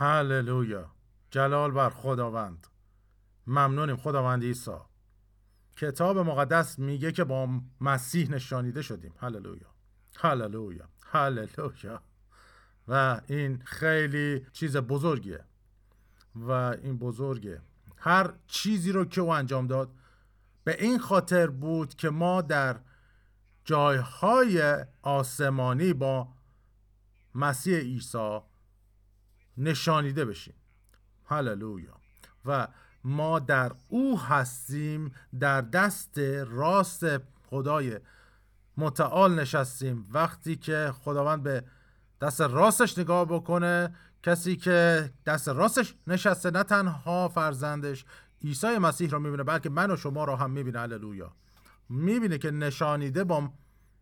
هللویا. جلال بر خداوند. ممنونیم خداوند عیسی. کتاب مقدس میگه که با مسیح نشانیده شدیم. هللویا، هللویا، هللویا. و این خیلی چیز بزرگیه و این بزرگه. هر چیزی رو که او انجام داد به این خاطر بود که ما در جایهای آسمانی با مسیح عیسی نشانیده بشیم. هللویا. و ما در او هستیم، در دست راست خدای متعال نشستیم. وقتی که خداوند به دست راستش نگاه بکنه، کسی که دست راستش نشسته نه تنها فرزندش عیسی مسیح رو میبینه، بلکه من و شما رو هم میبینه. هللویا. میبینه که نشانیده با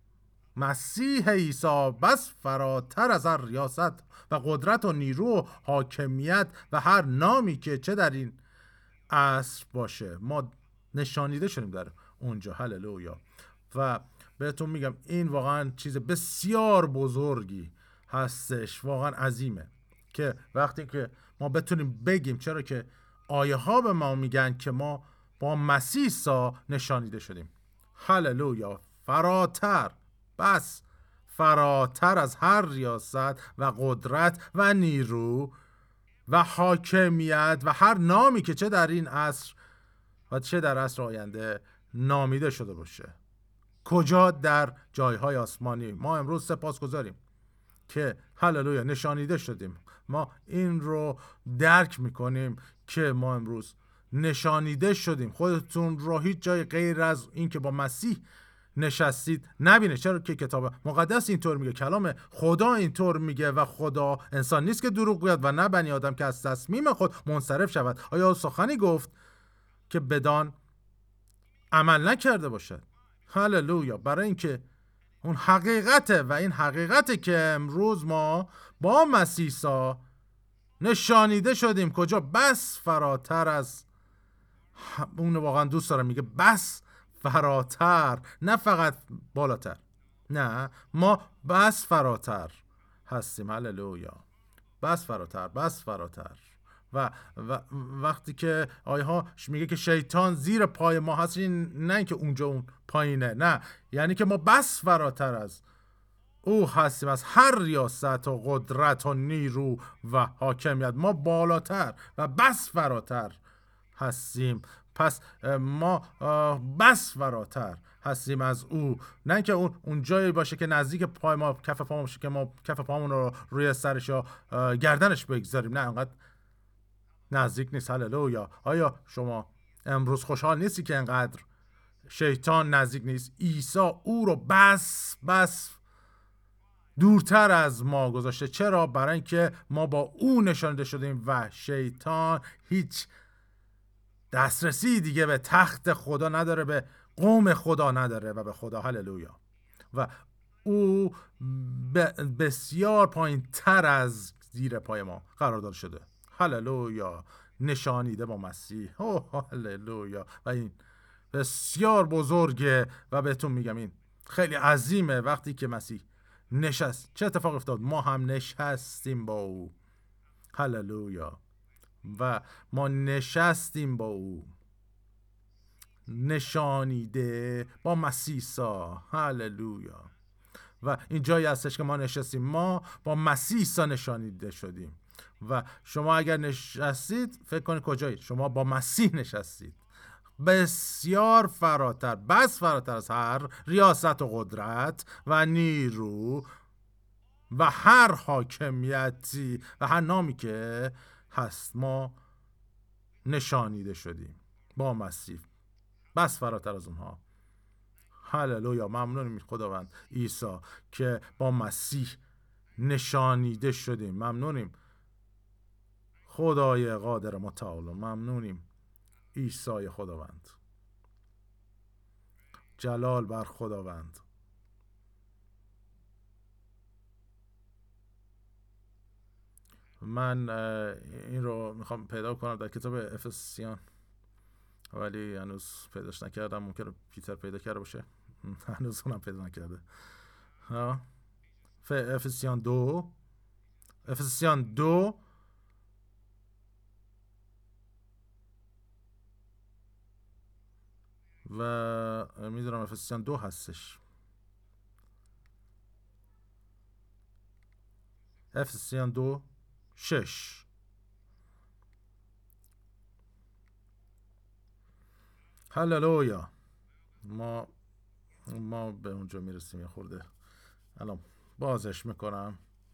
مسیح عیسی بس فراتر از هر ریاست و قدرت و نیرو و حاکمیت و هر نامی که چه در این عصر باشه، ما نشانیده شدیم در اونجا. هللویا. و بهتون میگم این واقعا چیز بسیار بزرگی هستش، واقعا عظیمه که وقتی که ما بتونیم بگیم، چرا که آیه ها به ما میگن که ما با مسیح عیسی نشانیده شدیم. هللویا. فراتر، بس فراتر از هر ریاست و قدرت و نیرو و حاکمیت و هر نامی که چه در این عصر و چه در عصر آینده نامیده شده باشه. کجا؟ در جایهای آسمانی. ما امروز سپاسگزاریم که هللویا نشانیده شدیم. ما این رو درک میکنیم که ما امروز نشانیده شدیم. خودتون رو هیچ جای غیر از این که با مسیح نشستید نبینه، چرا که کتاب مقدس اینطور میگه، کلام خدا اینطور میگه و خدا انسان نیست که دروغ گوید و نه بنی آدم که از تصمیم خود منصرف شود. آیا سخنی گفت که بدان عمل نکرده باشد؟ هللویا. برای اینکه اون حقیقته و این حقیقته که امروز ما با مسیح عیسی نشانیده شدیم. کجا؟ بس فراتر از اون. واقعا دوست دارم میگه بس فراتر، نه فقط بالاتر، نه، ما بس فراتر هستیم. هللویا. بس فراتر، بس فراتر. و وقتی که آیه ها میگه که شیطان زیر پای ما هست، نه که اونجا اون پایینه، نه، یعنی که ما بس فراتر از او هستیم، از هر ریاست و قدرت و نیرو و حاکمیت. ما بالاتر و بس فراتر هستیم. پس ما بس فراتر هستیم از او، نه که اون جایی باشه که نزدیک پای ما، کف پامون باشه که ما کف پامون رو روی سرش یا گردنش بگذاریم. نه، انقدر نزدیک نیست. هللویا. آیا شما امروز خوشحال نیستی که انقدر شیطان نزدیک نیست؟ عیسی او رو بس دورتر از ما گذاشته. چرا؟ برای اینکه ما با او نشانیده شدیم و شیطان هیچ دسترسی دیگه به تخت خدا نداره، به قوم خدا نداره و به خدا. هللویا. و او بسیار پایین تر از زیر پای ما قرار داده شده. هللویا. نشانیده با مسیح. هللویا. و این بسیار بزرگه و بهتون میگم این خیلی عظیمه. وقتی که مسیح نشست، چه اتفاق افتاد؟ ما هم نشستیم با او. هللویا. و ما نشستیم با او، نشانیده با مسیح عیسی. هللویا. و این جایی هستش که ما نشستیم، ما با مسیح عیسی نشانیده شدیم. و شما اگر نشستید، فکر کنید کجایید؟ شما با مسیح نشستید. بسیار فراتر، بس فراتر از هر ریاست و قدرت و نیرو و هر حاکمیتی و هر نامی که هست، ما نشانیده شدیم با مسیح. بس فراتر از اونها. هللویا. ممنونیم خداوند عیسی که با مسیح نشانیده شدیم. ممنونیم خدای قادر متعال. ممنونیم عیسی خداوند. جلال بر خداوند. من این رو میخوام پیدا کنم در کتاب افسیان، ولی هنوز پیداش نکردم. ممکنه پیتر پیدا کرده باشه. هنوز اونم پیدا نکرده. افسیان 2 و میدونم افسیان 2 هستش. افسیان 2:6. هللویا. ما به اونجا میرسیم. یه خورده الان بازش میکنم.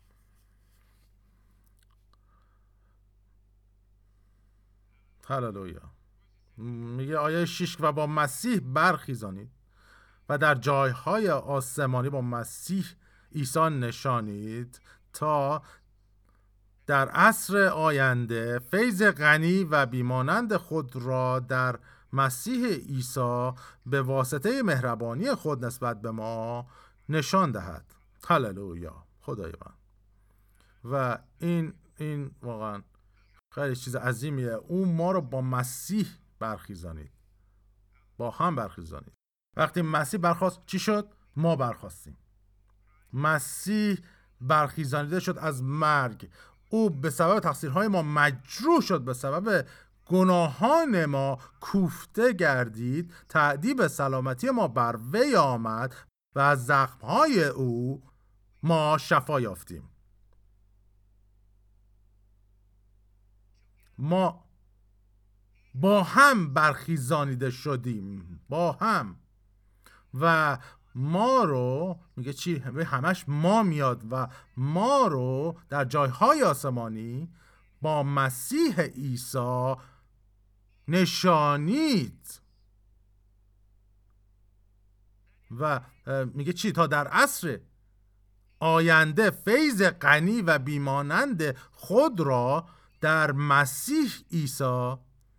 هللویا. میگه آیه 6: و با مسیح برخیزانید و در جایهای آسمانی با مسیح عیسی نشانید تا در عصر آینده فیض غنی و بیمانند خود را در مسیح عیسی به واسطه مهربانی خود نسبت به ما نشان دهد. هللویا. خدای من. و این واقعا خیلی چیز عظیمیه. اون ما رو با مسیح برخیزانید، با هم برخیزانید. وقتی مسیح برخاست چی شد؟ ما برخاستیم. مسیح برخیزانیده شد از مرگ. او به سبب تقصیرهای ما مجروح شد، به سبب گناهان ما کوفته گردید، تأدیب سلامتی ما بر وی آمد و از زخمهای او ما شفا یافتیم. ما با هم برخیزانیده شدیم، با هم. و ما رو میگه چی؟ همش ما میاد و ما رو در جایهای آسمانی با مسیح عیسی نشانید. و میگه چی؟ تا در عصر آینده فیض غنی و بیمانند خود را در مسیح عیسی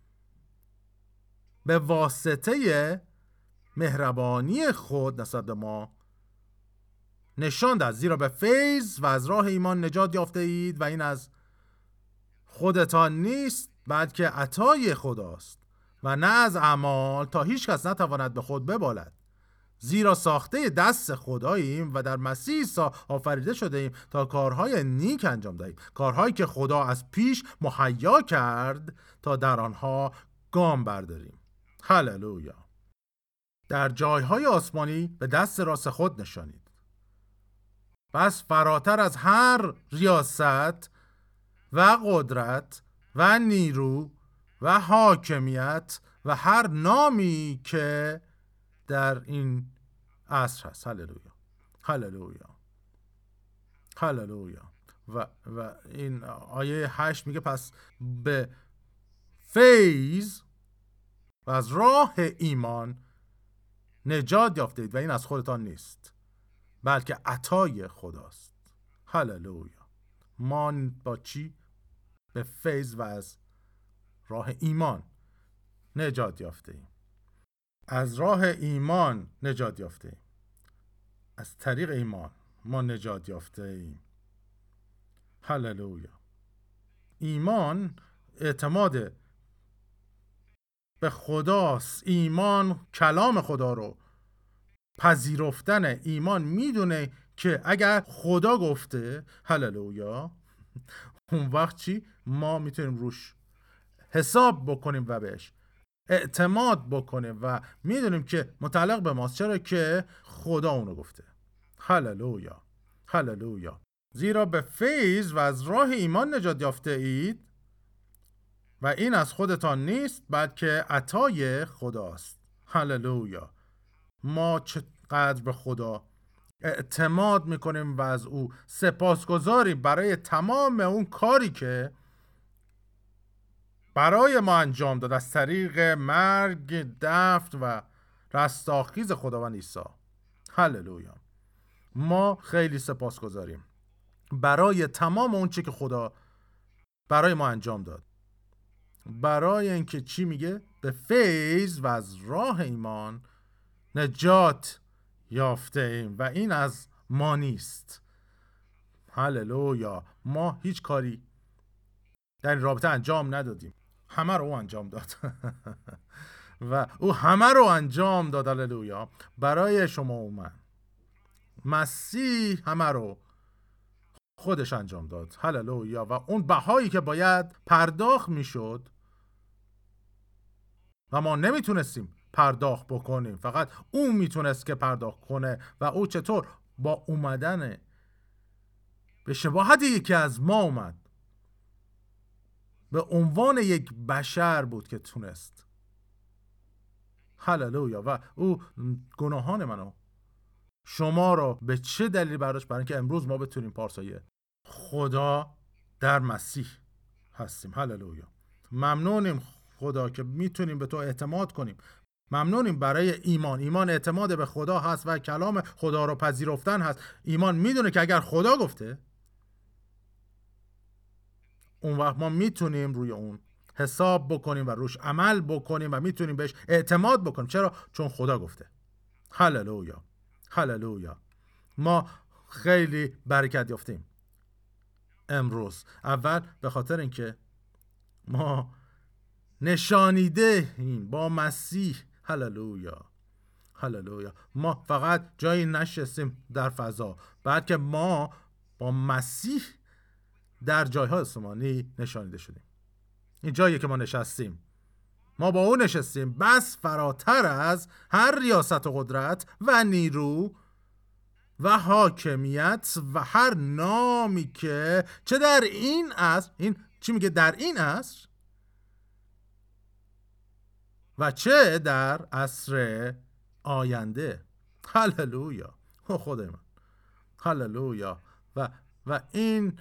به واسطه مهربانی خود نسبت به ما نشان داد. زیرا به فیض و از راه ایمان نجات یافته اید و این از خودتان نیست بلکه عطای خداست و نه از اعمال، تا هیچ کس نتواند به خود ببالد. زیرا ساخته دست خداییم و در مسیح عیسی آفریده شده ایم تا کارهای نیک انجام دهیم، کارهایی که خدا از پیش مهیا کرد تا در آنها گام برداریم. هللویا. در جایهای آسمانی به دست راست خود نشانید. پس فراتر از هر ریاست و قدرت و نیرو و حاکمیت و هر نامی که در این عصر هست. هللویا. هللویا. هللویا. و این آیه 8 میگه پس به فیض و از راه ایمان نجات یافتید و این از خودتان نیست بلکه عطای خداست. هللویا. ما با چی؟ به فیض و از راه ایمان نجات یافته ایم. از راه ایمان نجات یافته ایم. از طریق ایمان ما نجات یافته ایم. هللویا. ایمان اعتماد به خداست. ایمان کلام خدا رو پذیرفتن. ایمان میدونه که اگر خدا گفته هللویا، اون وقت چی؟ ما میتونیم روش حساب بکنیم و بهش اعتماد بکنیم و میدونیم که متعلق به ماست. چرا که خدا اونو گفته. هللویا. هللویا. زیرا به فیض و از راه ایمان نجات یافته اید و این از خودتان نیست بلکه عطای خداست. هللویا. ما چقدر به خدا اعتماد میکنیم و از او سپاسگزاریم برای تمام اون کاری که برای ما انجام داد از طریق مرگ، دفن و رستاخیز خداوند عیسی. هللویا. ما خیلی سپاسگزاریم برای تمام اون چی که خدا برای ما انجام داد. برای اینکه چی میگه؟ به فیض و از راه ایمان نجات یافته ایم و این از ما نیست. هللویا. ما هیچ کاری در این رابطه انجام ندادیم. همه رو او انجام داد. و او همه رو انجام داد. هللویا. برای شما و من. مسیح همه رو خودش انجام داد. هللویا. و اون بهایی که باید پرداخت میشد و ما نمیتونستیم پرداخت بکنیم. فقط او میتونست که پرداخت کنه و او چطور با اومدن به شباهت یکی از ما اومد، به عنوان یک بشر بود که تونست. هللویا. و او گناهان منو شما را به چه دلیل برداشت؟ برای اینکه امروز ما بتونیم پارسای خدا در مسیح هستیم. هللویا. ممنونیم خدا که میتونیم به تو اعتماد کنیم. ممنونیم برای ایمان. ایمان اعتماد به خدا هست و کلام خدا رو پذیرفتن هست. ایمان میدونه که اگر خدا گفته، اون وقت ما میتونیم روی اون حساب بکنیم و روش عمل بکنیم و میتونیم بهش اعتماد بکنیم. چرا؟ چون خدا گفته. هللویا. هللویا. ما خیلی برکت یافتیم امروز. اول به خاطر اینکه ما نشانیده ایم با مسیح. هللویا. هللویا. ما فقط جایی نشستیم در فضا، بلکه ما با مسیح در جایهای آسمانی نشانیده شدیم. این جایی که ما نشستیم، ما با او نشستیم، بس فراتر از هر ریاست و قدرت و نیرو و حاکمیت و هر نامی که چه در این عصر، این چی میگه؟ در این عصر و چه در عصر آینده. هللویا. خدای من. هللویا. و این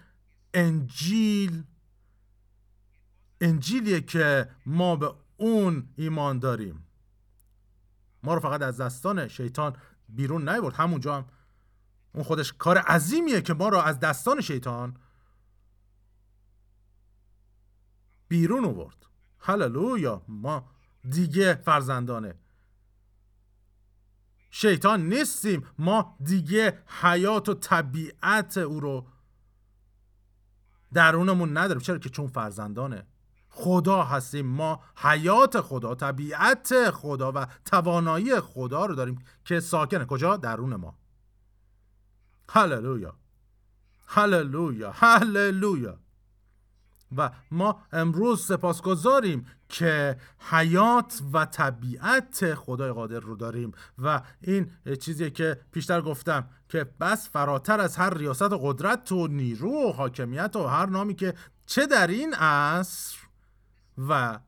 انجیلیه که ما به اون ایمان داریم. ما رو فقط از دستان شیطان بیرون نیاورد، همونجا هم اون خودش کار عظیمیه که ما رو از دستان شیطان بیرون آورد. هللویا. ما دیگه فرزندان شیطان نیستیم. ما دیگه حیات و طبیعت او رو درونمون نداریم. چرا؟ که چون فرزندان خدا هستیم. ما حیات خدا، طبیعت خدا و توانایی خدا رو داریم که ساکنه کجا؟ درون ما. هللویا. هللویا. هللویا. و ما امروز سپاسگزاریم که حیات و طبیعت خدای قادر رو داریم و این چیزی که پیشتر گفتم که بس فراتر از هر ریاست و قدرت و نیرو و حاکمیت و هر نامی که چه در این عصر و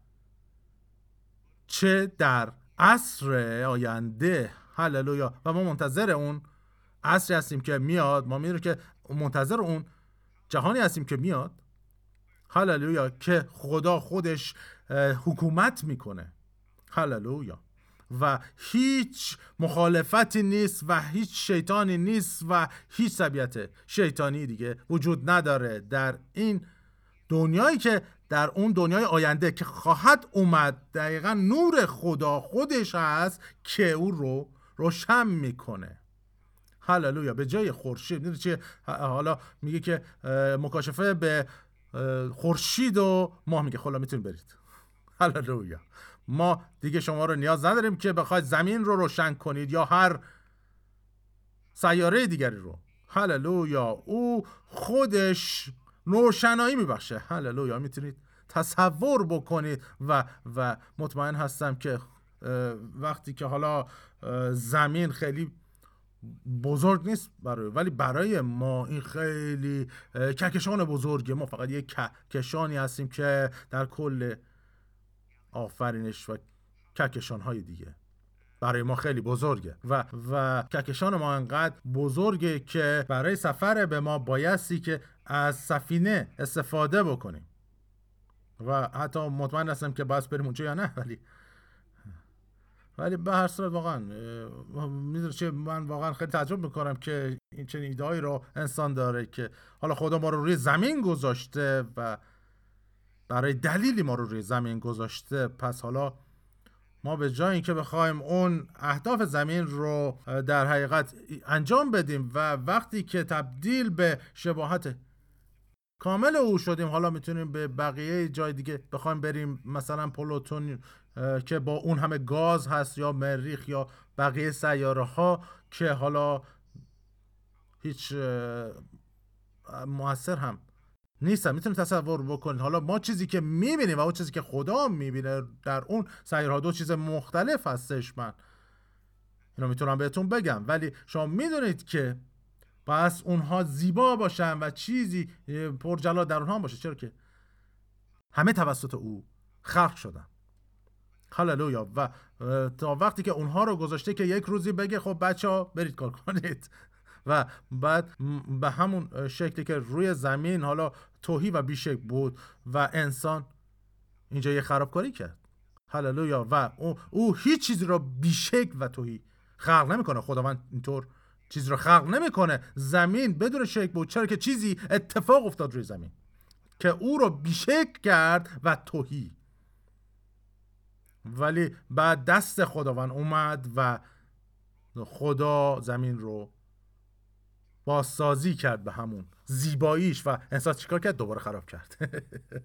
چه در عصر آینده. هللویا. و ما منتظر اون عصری هستیم که میاد. ما میدونیم که منتظر اون جهانی هستیم که میاد. هللویا. که خدا خودش حکومت میکنه. هللویا. و هیچ مخالفتی نیست و هیچ شیطانی نیست و هیچ طبیعت شیطانی دیگه وجود نداره در این دنیایی که در اون دنیای آینده که خواهد اومد. دقیقا نور خدا خودش هست که او رو روشن میکنه. هللویا. به جای خورشید، میدونی چیه؟ حالا میگه که مکاشفه به خورشید و ماه میگه خلا میتونید برید. هللویا. ما دیگه شما رو نیاز نداریم که بخواید زمین رو روشن کنید یا هر سیاره دیگری رو. هللویا. او خودش روشنایی میبخشه. هللویا. میتونید تصور بکنید و مطمئن هستم که وقتی که حالا زمین خیلی بزرگ نیست ولی برای ما این خیلی کهکشان بزرگه. ما فقط یک کهکشانی هستیم که در کل آفرینش و کهکشان های دیگه برای ما خیلی بزرگه و کهکشان ما انقدر بزرگه که برای سفر به ما بایستی که از سفینه استفاده بکنیم و حتی مطمئن هستم که باید بریم اونجا یا نه، ولی به هر صورت واقعا میدونی چه، من واقعا خیلی تعجب میکنم که این چنین ایده‌ای رو انسان داره که حالا خدا ما رو روی زمین گذاشته و برای دلیلی ما رو روی زمین گذاشته. پس حالا ما به جای اینکه بخوایم اون اهداف زمین رو در حقیقت انجام بدیم و وقتی که تبدیل به شباهت کامل او شدیم، حالا میتونیم به بقیه جای دیگه بخوایم بریم، مثلا پلوتون که با اون همه گاز هست یا مریخ یا بقیه سیاره ها که حالا هیچ مؤثر هم نیستن. میتونید تصور بکنید حالا ما چیزی که میبینیم و اون چیزی که خدا میبینه در اون سیارها دو چیز مختلف هستش. من اینو میتونم بهتون بگم، ولی شما میدونید که پس اونها زیبا باشن و چیزی پرجلال در اونها باشه، چرا که همه توسط او خلق شدن. هللویا. و تا وقتی که اونها رو گذاشته که یک روزی بگه خب بچه‌ها برید کار کنید و بعد به همون شکلی که روی زمین حالا تهی و بیشک بود و انسان اینجا یه خرابکاری کرد. هللویا. و او هیچ چیزی رو بیشک و تهی خلق نمیکنه. خداوند اینطور چیز رو خلق نمیکنه. زمین بدون شکل بود، چرا که چیزی اتفاق افتاد روی زمین که او رو بیشک کرد و تهی. ولی بعد دست خداوند اومد و خدا زمین رو بازسازی کرد به همون زیباییش و انسان چیکار کرد؟ دوباره خراب کرد.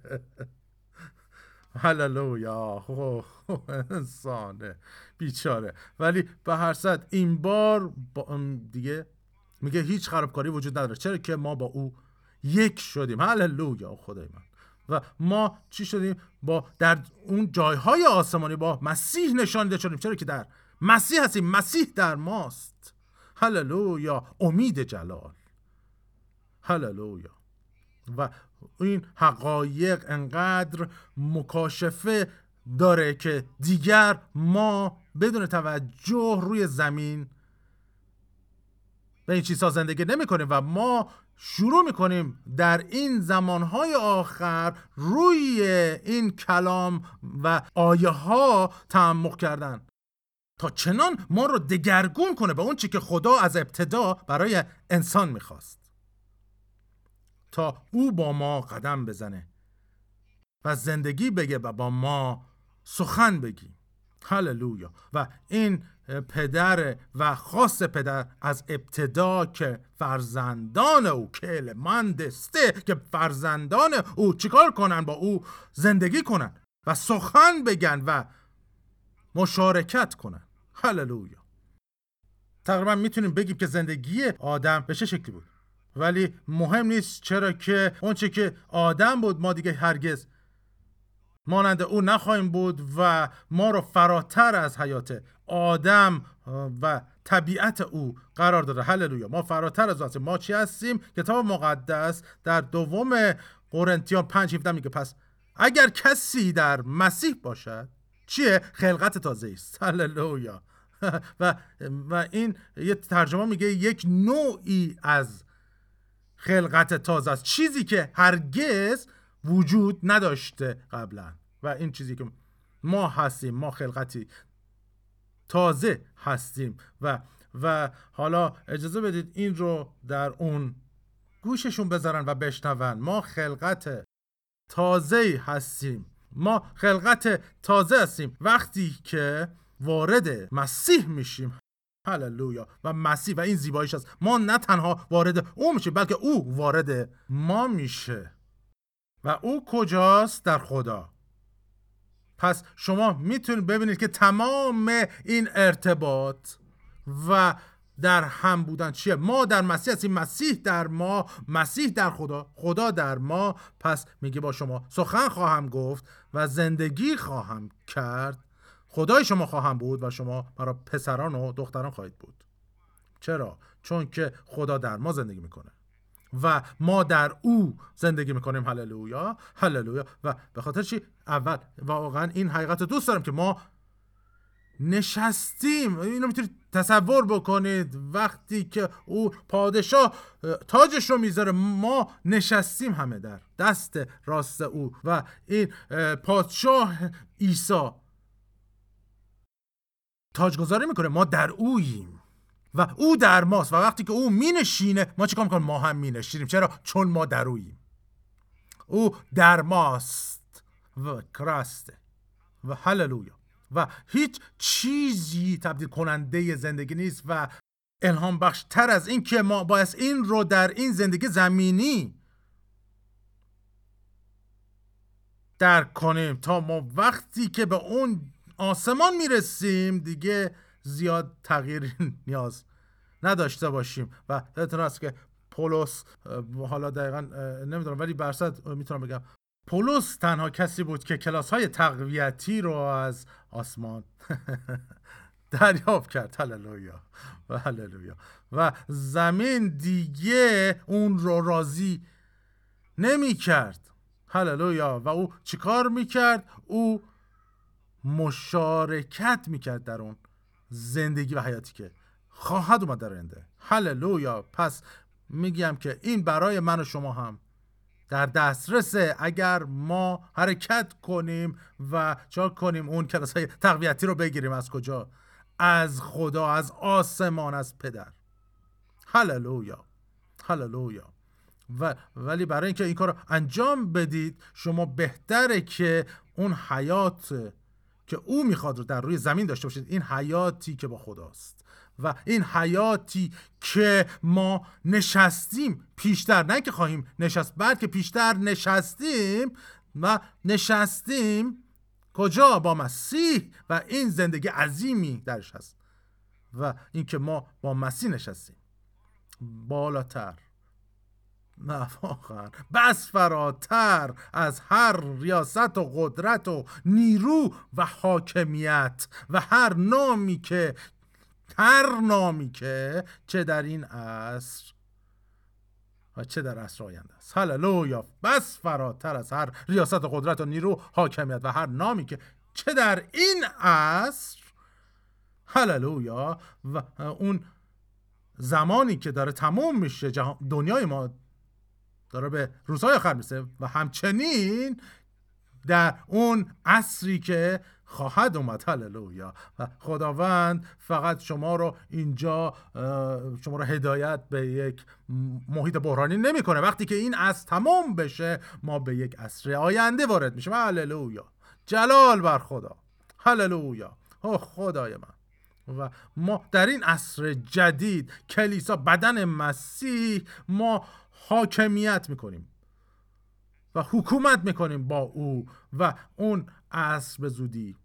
هللویا. انسانه بیچاره. ولی به هر صورت این بار دیگه میگه هیچ خرابکاری وجود نداره، چرا که ما با او یک شدیم. هللویا خدای من. و ما چی شدیم؟ با در اون جایهای آسمانی با مسیح نشانیده شدیم، چرا که در مسیح هستیم. مسیح در ماست. هللویا. امید جلال. هللویا. و این حقایق انقدر مکاشفه داره که دیگر ما بدون توجه روی زمین به این چیزها زندگی نمی کنیم و ما شروع می کنیم در این زمانهای آخر روی این کلام و آیه ها تعمق کردن تا چنان ما رو دگرگون کنه به اون چی که خدا از ابتدا برای انسان می خواست، تا او با ما قدم بزنه و زندگی بگه و با ما سخن بگی. هللویا. و این پدر و خاص پدر از ابتدا که فرزندان او کلمندسته که فرزندان او چیکار کنن؟ با او زندگی کنن و سخن بگن و مشارکت کنن. هللویا. تقریبا میتونیم بگیم که زندگی آدم به چه شکلی بود، ولی مهم نیست، چرا که اون چی که آدم بود ما دیگه هرگز مانند او نخواهیم بود و ما رو فراتر از حیات آدم و طبیعت او قرار داده. هللویا. ما فراتر از هستیم. ما چی هستیم؟ کتاب مقدس در دوم قرنتیان 5:17 میگه پس اگر کسی در مسیح باشد چیه؟ خلقت تازه است. هللویا. و این یه ترجمه میگه یک نوعی از خلقت تازه است، چیزی که هرگز وجود نداشته قبلا. و این چیزی که ما هستیم، ما خلقتی تازه هستیم. و حالا اجازه بدید این رو در اون گوششون بذارن و بشنون. ما خلقت تازه هستیم. ما خلقت تازه هستیم وقتی که وارد مسیح میشیم. هللویا. و مسیح و این زیباییش است، ما نه تنها وارد او میشیم بلکه او وارد ما میشه. و او کجاست؟ در خدا. پس شما میتونید ببینید که تمام این ارتباط و در هم بودن چیه؟ ما در مسیح هستیم، مسیح در ما، مسیح در خدا، خدا در ما. پس میگه با شما سخن خواهم گفت و زندگی خواهم کرد، خدای شما خواهم بود و شما برای پسران و دختران خواهید بود. چرا؟ چون که خدا در ما زندگی میکنه و ما در او زندگی میکنیم. هللویا. هللویا. و به خاطر چی؟ اول واقعا این حقیقت رو دوست دارم که ما نشستیم. اینو میتونید تصور بکنید وقتی که او پادشاه تاجش رو میذاره، ما نشستیم همه در دست راست او و این پادشاه عیسی تاجگذاری میکنه. ما در اوییم و او در ماست و وقتی که او مینشینه ما چیکار میکنیم؟ ما هم مینشینیم. چرا؟ چون ما در اوییم. او در ماست و کرسته. و هللویا. و هیچ چیزی تبدیل کننده زندگی نیست و الهام بخش تر از این که ما باید این رو در این زندگی زمینی درک کنیم تا ما وقتی که به اون آسمان میرسیم دیگه زیاد تغییر نیاز نداشته باشیم. و اعتراض که پولس، حالا دقیقا نمیدونم ولی برصد میتونم بگم پولس تنها کسی بود که کلاس‌های تقویتی رو از آسمان دریافت کرد. هللویا و هللویا. و زمین دیگه اون رو راضی نمی کرد. هللویا. و او چیکار میکرد؟ او مشارکت میکرد در اون زندگی و حیاتی که خواهد اومد در آینده. هللویا. پس میگم که این برای من و شما هم در دسترسه اگر ما حرکت کنیم و چا کنیم اون کلاس‌های تقویتی رو بگیریم. از کجا؟ از خدا، از آسمان، از پدر. هللویا هللویا. ولی برای اینکه این کار رو انجام بدید شما بهتره که اون حیات که او میخواد رو در روی زمین داشته باشید. این حیاتی که با خداست و این حیاتی که ما نشستیم پیشتر، نه که خواهیم نشست، بلکه پیشتر نشستیم و نشستیم کجا؟ با مسیح و این زندگی عظیمی درش هست و این که ما با مسیح نشستیم بالاتر، نه واقعا بس فراتر از هر ریاست و قدرت و نیرو و حاکمیت و هر نامی که چه در این عصر و چه در عصر آینده است. هللویا. بس فراتر از هر ریاست و قدرت و نیرو حاکمیت و هر نامی که چه در این عصر. هللویا. و اون زمانی که داره تموم میشه، دنیای ما داره به روزهای آخر میسه و همچنین در اون عصری که خواهد اومد. هللویا. و خداوند فقط شما رو اینجا شما رو هدایت به یک محیط بحرانی نمیکنه. وقتی که این عصر تمام بشه ما به یک عصر آینده وارد میشیم. هللویا. جلال بر خدا. هللویا. اوه خدای من. و ما در این عصر جدید کلیسا بدن مسیح ما حاکمیت میکنیم و حکومت میکنیم با او و اون عصر به زودی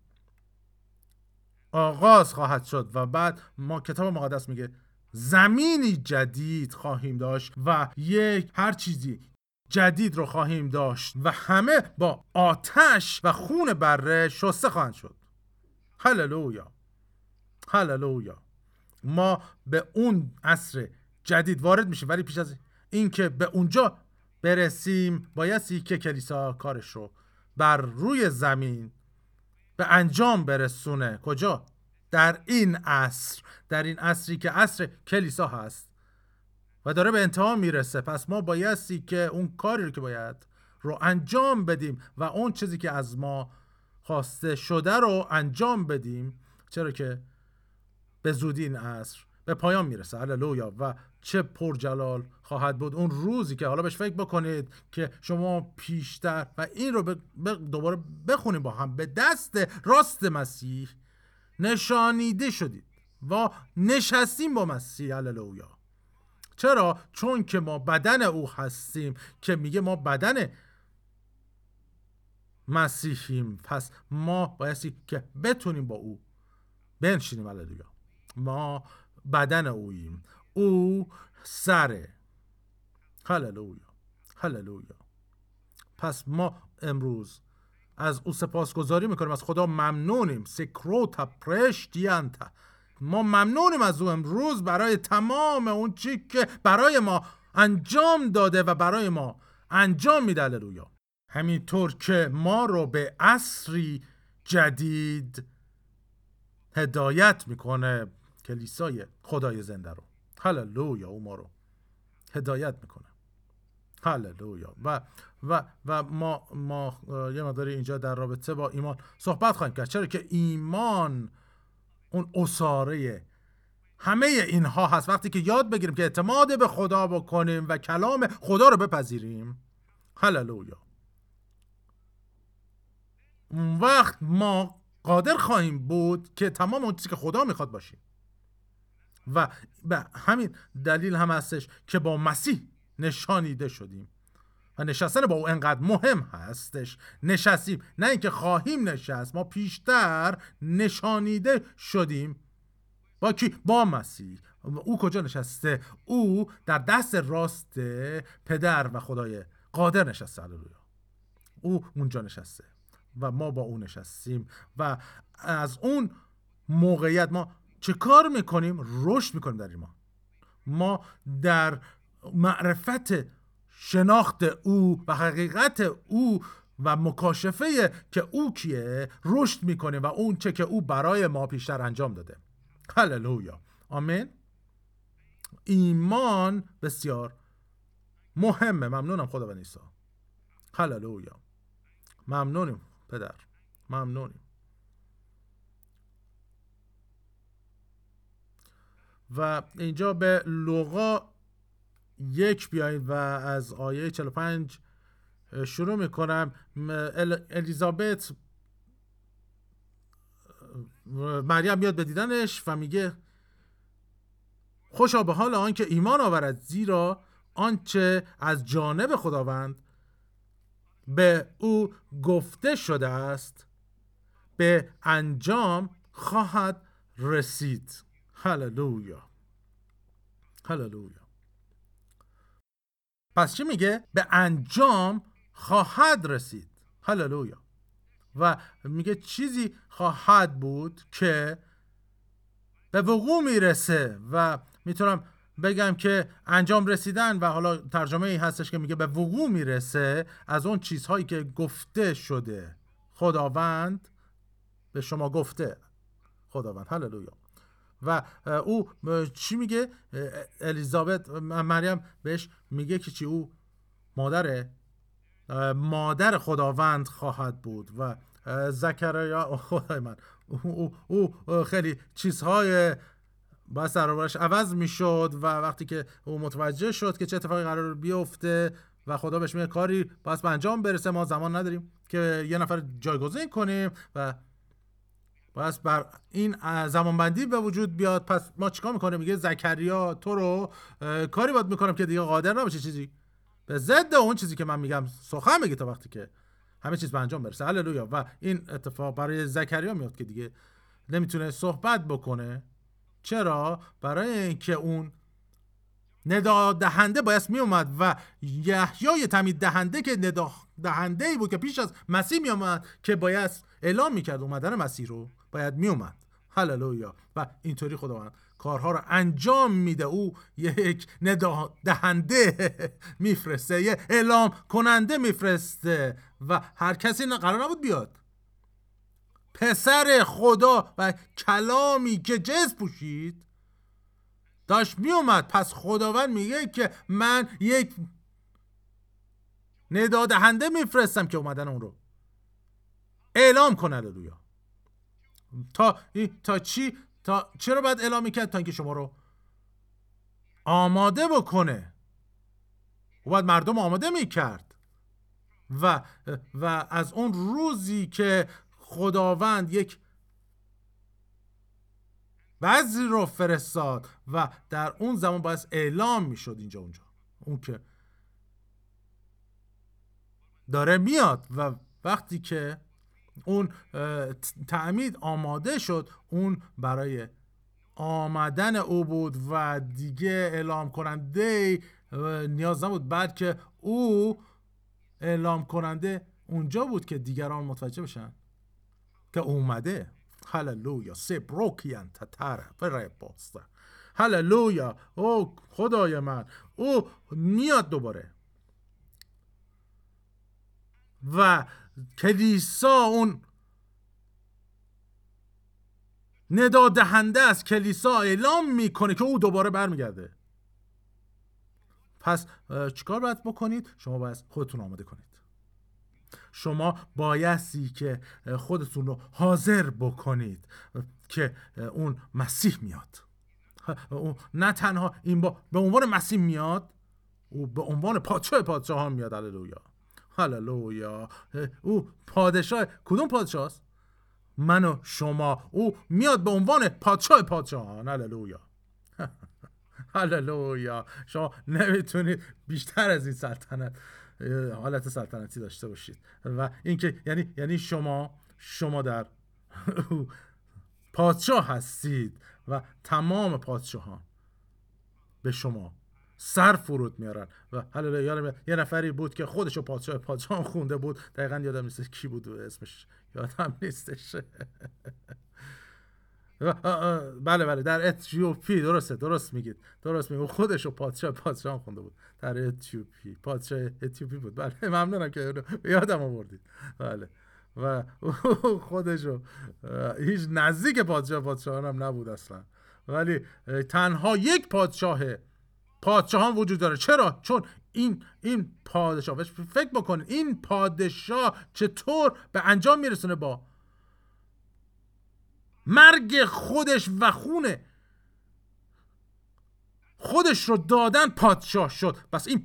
آغاز خواهد شد و بعد ما کتاب مقدس میگه زمینی جدید خواهیم داشت و یک هر چیزی جدید رو خواهیم داشت و همه با آتش و خون بره شسته خواهند شد. هللویا هللویا. ما به اون عصر جدید وارد میشیم ولی پیش از این که به اونجا برسیم بایستی که کلیسا کارش رو بر روی زمین به انجام برسونه. کجا؟ در این عصر، در این عصری که عصر کلیسا هست و داره به انتها میرسه. پس ما بایستی که اون کاری رو که باید رو انجام بدیم و اون چیزی که از ما خواسته شده رو انجام بدیم، چرا که به زودی این عصر به پایان میرسه. هللویا. و چه پرجلال خواهد بود اون روزی که حالا بهش فکر بکنید که شما پیشتر و این رو دوباره بخونیم با هم، به دست راست مسیح نشانیده شدید و نشستیم با مسیح. هللویا. چرا؟ چون که ما بدن او هستیم که میگه ما بدن مسیحیم. پس ما بایستی که بتونیم با او بنشینیم. هللویا. ما بدن اوییم، او سره. هللویا هللویا. پس ما امروز از او سپاسگزاری میکنیم، از خدا ممنونیم. سکروتا پرشتیانتا. ما ممنونیم از او امروز برای تمام اون چی که برای ما انجام داده و برای ما انجام میده. هللویا. همینطور که ما رو به عصری جدید هدایت میکنه، کلیسای خدای زنده رو. هللویا. او ما رو هدایت میکنه. هللویا. و ما یه مقداری اینجا در رابطه با ایمان صحبت خواهیم کرد، چرا که ایمان اون اساره همه اینها هست. وقتی که یاد بگیریم که اعتماد به خدا بکنیم و کلام خدا رو بپذیریم، هللویا، اون وقت ما قادر خواهیم بود که تمام اون چیزی که خدا میخواد باشیم. و به همین دلیل هم هستش که با مسیح نشانیده شدیم و نشستن با او انقدر مهم هستش. نشستیم، نه اینکه خواهیم نشست، ما پیشتر نشانیده شدیم. با کی؟ با مسیح. او کجا نشسته؟ او در دست راست پدر و خدای قادر نشسته. هللویا. او اونجا نشسته و ما با او نشستیم و از اون موقعیت ما چه کار میکنیم؟ رشد میکنیم در ایمان. ما در معرفت شناخت او و حقیقت او و مکاشفه که او کیه رشد میکنیم و اون چه که او برای ما پیشتر انجام داده. هللویا. آمین. ایمان بسیار مهمه. ممنونم خداوند عیسی. هللویا. ممنونیم پدر. ممنونیم. و اینجا به لوقا 1 بیایید و از آیه 45 شروع میکنم. الیزابت مریم میاد به دیدنش و میگه خوشا به حال آن که ایمان آورد، زیرا آنچه از جانب خداوند به او گفته شده است به انجام خواهد رسید. هللویا. هللویا. پس چی میگه؟ به انجام خواهد رسید. هللویا. و میگه چیزی خواهد بود که به وقوع میرسه و میتونم بگم که انجام رسیدن و حالا ترجمه ای هستش که میگه به وقوع میرسه از اون چیزهایی که گفته شده. خداوند به شما گفته. خداوند. هللویا. و او چی میگه؟ الیزابت مریم بهش میگه که چی؟ او مادر خداوند خواهد بود. و زکریا خدای من او خیلی چیزهای باید دربارش عوض میشد و وقتی که او متوجه شد که چه اتفاقی قرار بیفته و خدا بهش میگه کاری باید به انجام برسه، ما زمان نداریم که یه نفر جایگزین کنیم و بس بر این زمانبندی به وجود بیاد. پس ما چیکار میکنیم؟ میگه زکریا تو رو کاری باید میکنم که دیگه قادر نباشه چیزی به ضد اون چیزی که من میگم سخن بگی تا وقتی که همه چیز به انجام برسه. هللویا. و این اتفاق برای زکریا میاد که دیگه نمیتونه صحبت بکنه. چرا؟ برای اینکه اون ندا دهنده باید میومد و یحیای تمید دهنده که ندا دهنده ای بود که پیش از مسیح میومد که باید اعلام میکرد اومدن مسیح رو، باید میومد. هللویا. و اینطوری خداوند کارها رو انجام میده. او یک ندا دهنده میفرسته، یه اعلام کننده میفرسته و هر کسی قرار نبود بیاد. پسر خدا و کلامی که جسم پوشید داشت میومد. پس خداوند میگه که من یک ندا دهنده میفرستم که اومدن اون رو اعلام کنه. هللویا. تا چی؟ تا چرا باید اعلام میکرد؟ تا اینکه شما رو آماده بکنه. و باید مردم آماده میکرد و از اون روزی که خداوند یک بعضی رو فرستاد و در اون زمان باید اعلام میشد اینجا اونجا اون که داره میاد. و وقتی که اون تعمید آماده شد، اون برای آمدن او بود و دیگه اعلام کننده نیاز نبود. بعد که او اعلام کننده اونجا بود که دیگران متوجه بشن که اومده. هللویا. سبروکیان تتره برای باسته. هللویا. او خدای من، او میاد دوباره و کلیسا اون ندا دهنده از کلیسا اعلام میکنه که او دوباره برمیگرده. پس چیکار باید بکنید؟ شما باید خودتون آماده کنید. شما بایستی که خودتون رو حاضر بکنید که اون مسیح میاد. نه تنها این به عنوان مسیح میاد، او به عنوان پادشاه پادشاهان میاد. هللویا. هللویا. او پادشاه کدوم پادشاه است؟ من و شما. او میاد به عنوان پادشاه پادشاهان. هللویا. هللویا. شما نمیتونید بیشتر از این سلطنت حالت سلطنتی داشته باشید. و اینکه یعنی شما در پادشاه هستید و تمام پادشاهان به شما سر فرود میارن. و هللویا. یه نفری بود که خودشو پادشاه خونده بود، دقیقا یادم نیست کی بود اسمش، یادم نیستش. بله در اتیوپی، درست میگید، خودشو پادشاه خونده بود در اتیوپی، پادشاه اتیوپی بود. بله ممنونم که یادم آوردید. بله و خودشو هیچ نزدیک پادشاهان هم نبود اصلا، ولی تنها یک پادشاهان وجود داره. چرا؟ چون این پادشاه، فکر بکنید این پادشاه چطور به انجام میرسونه، با مرگ خودش و خونه خودش رو دادن پادشاه شد. پس این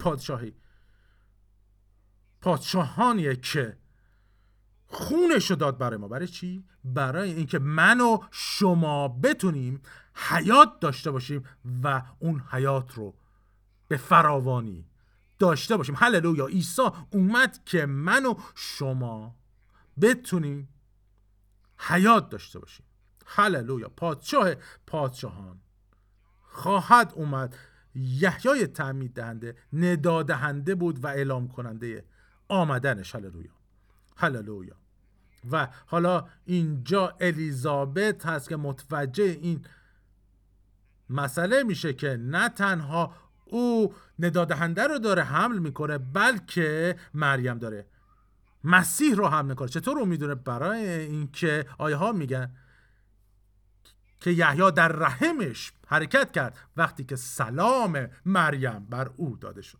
پادشاهانیه که خونش رو داد برای ما. برای چی؟ برای اینکه من و شما بتونیم حیات داشته باشیم و اون حیات رو به فراوانی داشته باشیم. هللویا. عیسی اومد که من و شما بتونیم حیات داشته باشیم. هللویا. پادشاه پادشاهان خواهد اومد. یحیای تعمید دهنده ندا دهنده بود و اعلام کننده آمدنش. هللویا. و حالا اینجا الیزابت هست که متوجه این مسئله میشه که نه تنها او ندا دهنده رو داره حمل میکنه، بلکه مریم داره مسیح رو حمل میکنه. چطور رو میدونه؟ برای اینکه آیه ها میگن که یحیی در رحمش حرکت کرد وقتی که سلام مریم بر او داده شد.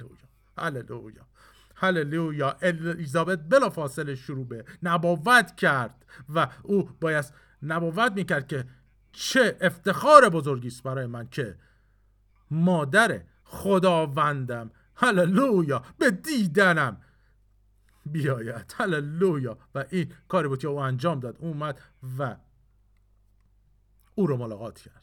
هللویا. الیزابت بلا فاصله شروع به نبوت کرد و او باید نبوت میکرد که چه افتخار بزرگی است برای من که مادر خداوندم هللویا به دیدنم بیاید. هللویا. و این کاری بود که او انجام داد. اومد و او رو ملاقات کرد.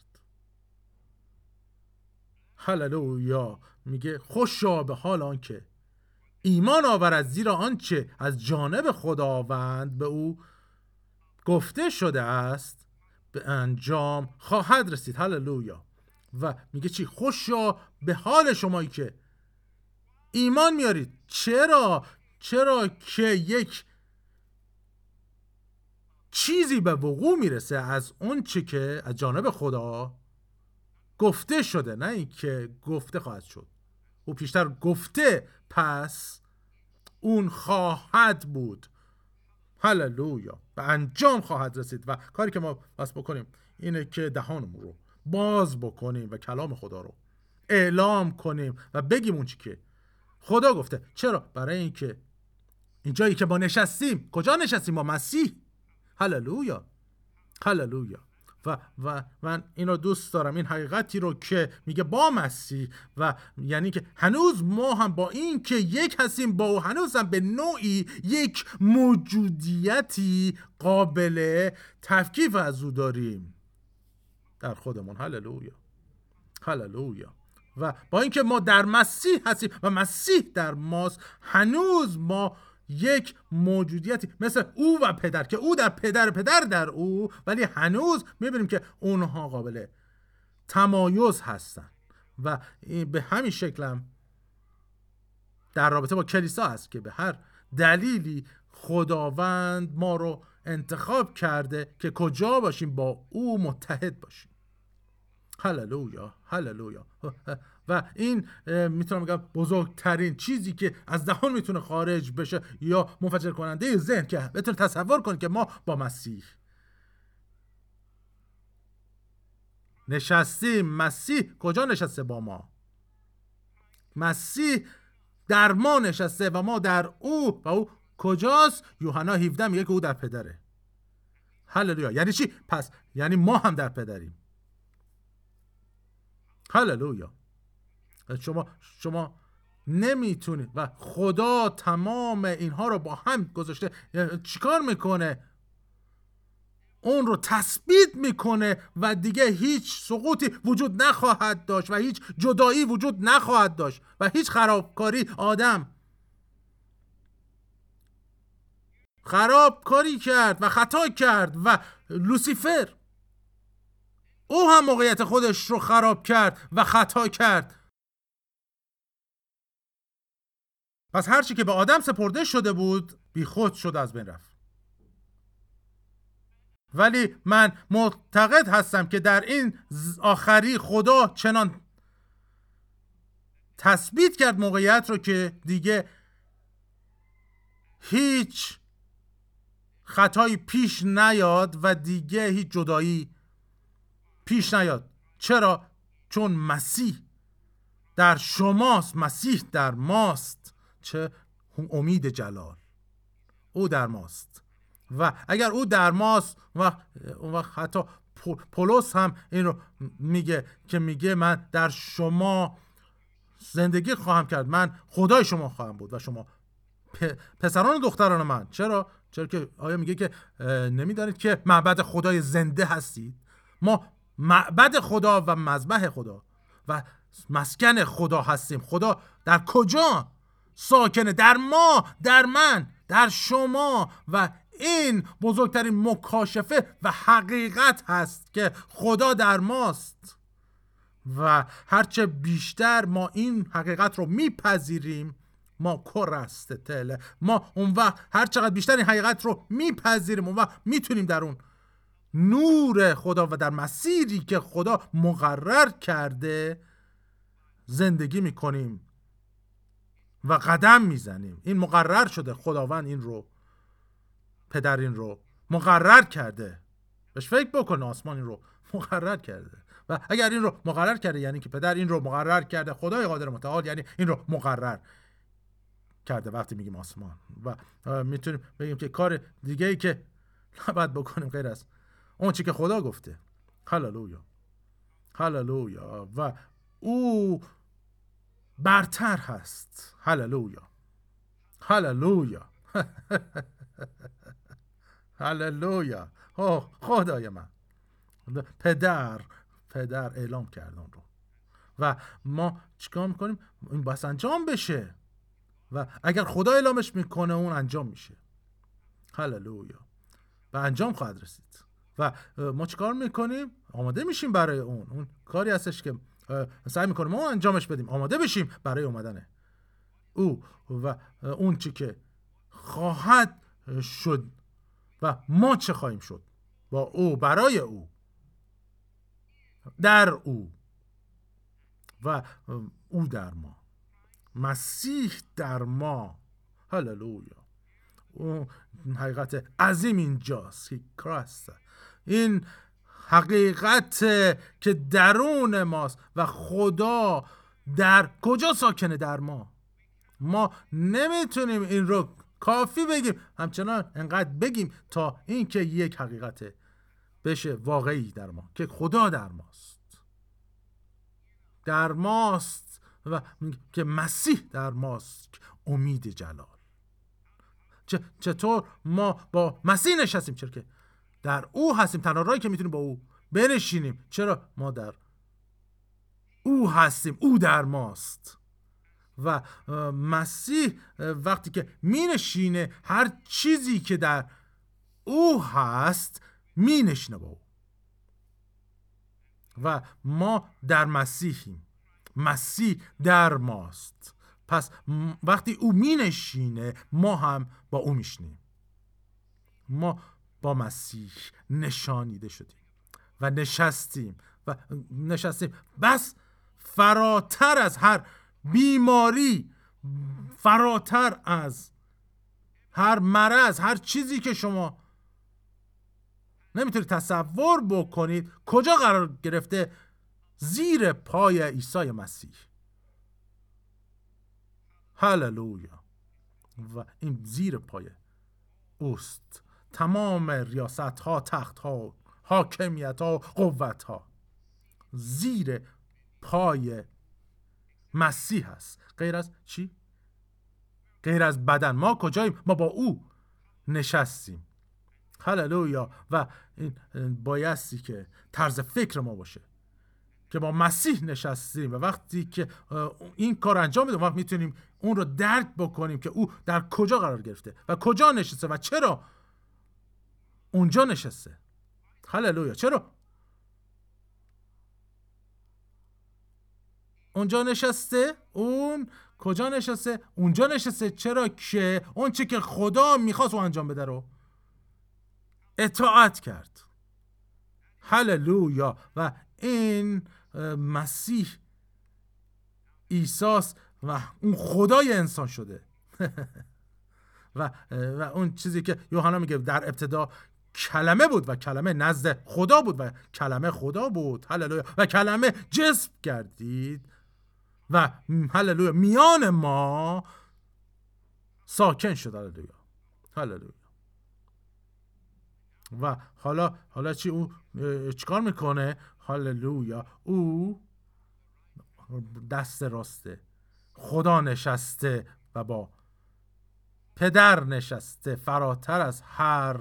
هللویا. میگه خوشا به حال آن که ایمان آورد، زیرا آنچه از جانب خداوند به او گفته شده است به انجام خواهد رسید. هللویا. و میگه چی؟ خوشا به حال شمایی که ایمان میارید. چرا که یک چیزی به وقوع میرسه از اون چی که از جانب خدا گفته شده، نه این که گفته خواهد شد. او پیشتر گفته، پس اون خواهد بود. هللویا. به انجام خواهد رسید. و کاری که ما بس بکنیم اینه که دهانمون رو باز بکنیم و کلام خدا رو اعلام کنیم و بگیم اون چی که خدا گفته. چرا؟ برای اینکه این جایی که ما نشستیم، کجا نشستیم؟ با مسیح. هللویا. و من اینو دوست دارم، این حقیقتی رو که میگه با مسیح، و یعنی که هنوز ما هم با این که یک هستیم با او، هنوز هم به نوعی یک موجودیتی قابل تفکیک از او داریم در خودمون. هللویا. و با اینکه ما در مسیح هستیم و مسیح در ماست، هنوز ما یک موجودیتی مثل او و پدر، که او در پدر در او، ولی هنوز میبینیم که اونها قابل تمایز هستن. و به همین شکل هم در رابطه با کلیسا هست که به هر دلیلی خداوند ما رو انتخاب کرده که کجا باشیم؟ با او متحد باشیم. هللویا. و این میتونم بگم بزرگترین چیزی که از دهان میتونه خارج بشه یا منفجر کننده ذهن، که بتونه تصور کنه که ما با مسیح نشستیم. مسیح کجا نشسته؟ با ما. مسیح در ما نشسته و ما در او. و او کجاست؟ یوحنا 17 میگه که او در پدره. هللویا. یعنی چی؟ پس یعنی ما هم در پدریم. هللویا. شما نمیتونید. و خدا تمام اینها رو با هم گذاشته. چیکار میکنه؟ اون رو تثبیت میکنه و دیگه هیچ سقوطی وجود نخواهد داشت و هیچ جدایی وجود نخواهد داشت و هیچ خرابکاری. آدم خرابکاری کرد و خطا کرد و لوسیفر او هم موقعیت خودش رو خراب کرد و خطا کرد. پس هرچی که به آدم سپرده شده بود بی خود شد، از بین رفت. ولی من معتقد هستم که در این آخری خدا چنان تثبیت کرد موقعیت رو که دیگه هیچ خطایی پیش نیاد و دیگه هیچ جدایی پیش نیاد. چرا؟ چون مسیح در شماست، مسیح در ماست. چه امید جلال! او در ماست و اگر او در ماست و حتی پولس هم این رو میگه من در شما زندگی خواهم کرد، من خدای شما خواهم بود و شما پسران و دختران من. چرا که آیا میگه که نمیدانید که معبد خدای زنده هستید؟ ما معبد خدا و مذبح خدا و مسکن خدا هستیم. خدا در کجا ساکنه؟ در ما، در من، در شما. و این بزرگترین مکاشفه و حقیقت هست که خدا در ماست و هرچه بیشتر ما این حقیقت رو میپذیریم، ما کرستتله، ما اون وقت هر چقدر بیشتر این حقیقت رو میپذیریم، اون وقت میتونیم در اون نور خدا و در مسیری که خدا مقرر کرده زندگی میکنیم و قدم میزنیم. این مقرر شده، خداوند این رو، پدر این رو مقرر کرده. بهش فکر بکن، آسمان این رو مقرر کرده و اگر این رو مقرر کرده یعنی که پدر این رو مقرر کرده، خدای قادر متعال یعنی این رو مقرر کرده. وقتی میگیم آسمان و میتونیم بگیم که کار دیگه ای که نباید بکنیم غیر از اون چی که خدا گفته. هللویا، هللویا. و او برتر هست. هللویا، هللویا. هللویا. اوه خدای من، پدر اعلام کرد اون رو و ما چیکار میکنیم؟ این بس انجام بشه و اگر خدا اعلامش میکنه اون انجام میشه. هللویا. و انجام خواهد رسید و ما چیکار میکنیم؟ آماده میشیم برای اون کاری هستش که سعی میکنیم ما انجامش بدیم، آماده بشیم برای اومدن او و اون چی که خواهد شد و ما چه خواهیم شد با او، برای او، در او و او در ما، مسیح در ما. هللویا. اون حقیقت عظیم اینجاست که کراست، این حقیقت که درون ماست و خدا در کجا ساکنه؟ در ما. ما نمیتونیم این رو کافی بگیم، همچنان انقدر بگیم تا اینکه یک حقیقت بشه واقعی در ما که خدا در ماست و که مسیح در ماست، امید جلال. چطور ما با مسیح نشستیم؟ چرا که در او هستیم، تنها راهی که میتونیم با او بنشینیم. چرا؟ ما در او هستیم، او در ماست و مسیح وقتی که مینشینه، هر چیزی که در او هست مینشینه با او و ما در مسیحیم، مسیح در ماست. پس وقتی او مینشینه ما هم با او میشینیم. ما با مسیح نشانیده شدیم و نشستیم بس فراتر از هر بیماری، فراتر از هر مرض، هر چیزی که شما نمیتونید تصور بکنید کجا قرار گرفته؟ زیر پای عیسی مسیح. هللویا. و این زیر پای اوست تمام ریاست ها، تخت ها، حاکمیت ها، قوت ها زیر پای مسیح هست. غیر از چی؟ غیر از بدن. ما کجاییم؟ ما با او نشستیم. هللویا. و این بایستی که طرز فکر ما باشه که با مسیح نشستیم و وقتی که این کار انجام میدیم وقت میتونیم اون رو درک بکنیم که او در کجا قرار گرفته و کجا نشسته و چرا اونجا نشسته. هللویا. چرا اونجا نشسته. اون کجا نشسته؟ اونجا نشسته. چرا که اون چی که خدا میخواست او انجام بده رو اطاعت کرد. هللویا. و این مسیح عیساست و اون خدای انسان شده. و اون چیزی که یوحنا میگه در ابتدا کلمه بود و کلمه نزد خدا بود و کلمه خدا بود. هللویا. و کلمه جسم گردید و هللویا میان ما ساکن شد. هللویا. هللویا. و حالا چی او چیکار میکنه؟ هللویا. او دست راسته خدا نشسته و با پدر نشسته، فراتر از هر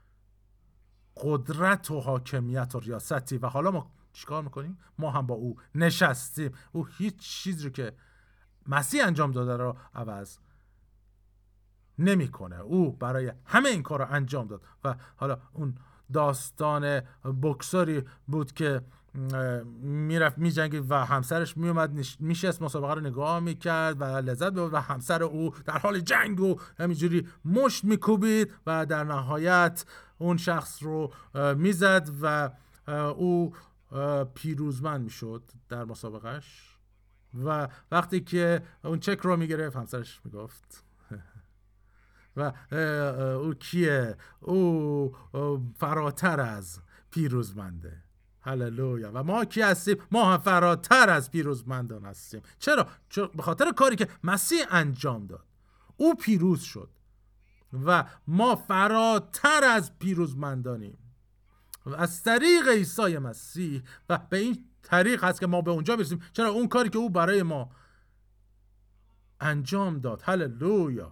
قدرت و حاکمیت و ریاستی. و حالا ما چیکار میکنیم؟ ما هم با او نشستیم. او هیچ چیزی رو که مسیح انجام داده رو عوض نمیکنه. او برای همه این کار رو انجام داد. و حالا اون داستان بوکسوری بود که میرفت میجنگید و همسرش میومد میشست مسابقه رو نگاه میکرد و لذت ببرد و همسر او در حال جنگ و همینجوری مشت میکوبید و در نهایت اون شخص رو میزد و او پیروزمند میشد در مسابقهش. و وقتی که اون چک رو میگرفت همسرش میگفت و او کیه؟ او فراتر از پیروزمنده. هللویا. و ما کی هستیم؟ ما هم فراتر از پیروزمندان هستیم. چرا؟ به خاطر کاری که مسیح انجام داد. او پیروز شد و ما فراتر از پیروزمندانیم از طریق عیسی مسیح. و به این طریق هست که ما به اونجا برسیم. چرا؟ اون کاری که او برای ما انجام داد. هللویا.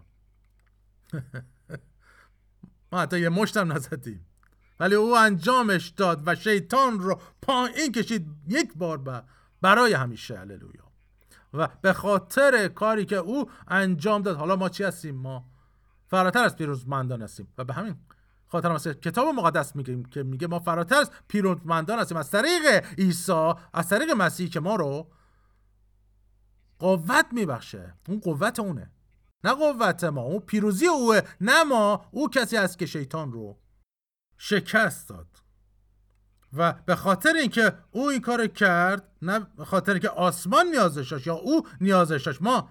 ما حتی یه مشتم نزدیم ولی او انجامش داد و شیطان رو پایین کشید یک بار برای همیشه. هللویا. و به خاطر کاری که او انجام داد حالا ما چی هستیم؟ ما فراتر از پیروزمندان هستیم. و به همین خاطر مثلا کتاب مقدس میگیم که میگه ما فراتر از پیروزمندان هستیم از طریق عیسی، از طریق مسیح که ما رو قوت میبخشه. اون قوت اونه، نه قوت ما. اون پیروزی اوه، نه ما. او کسی است که شیطان رو شکست داد. و به خاطر اینکه او این کار کرد، نه به خاطر اینکه آسمان نیازش داشت یا او نیازش داشت، ما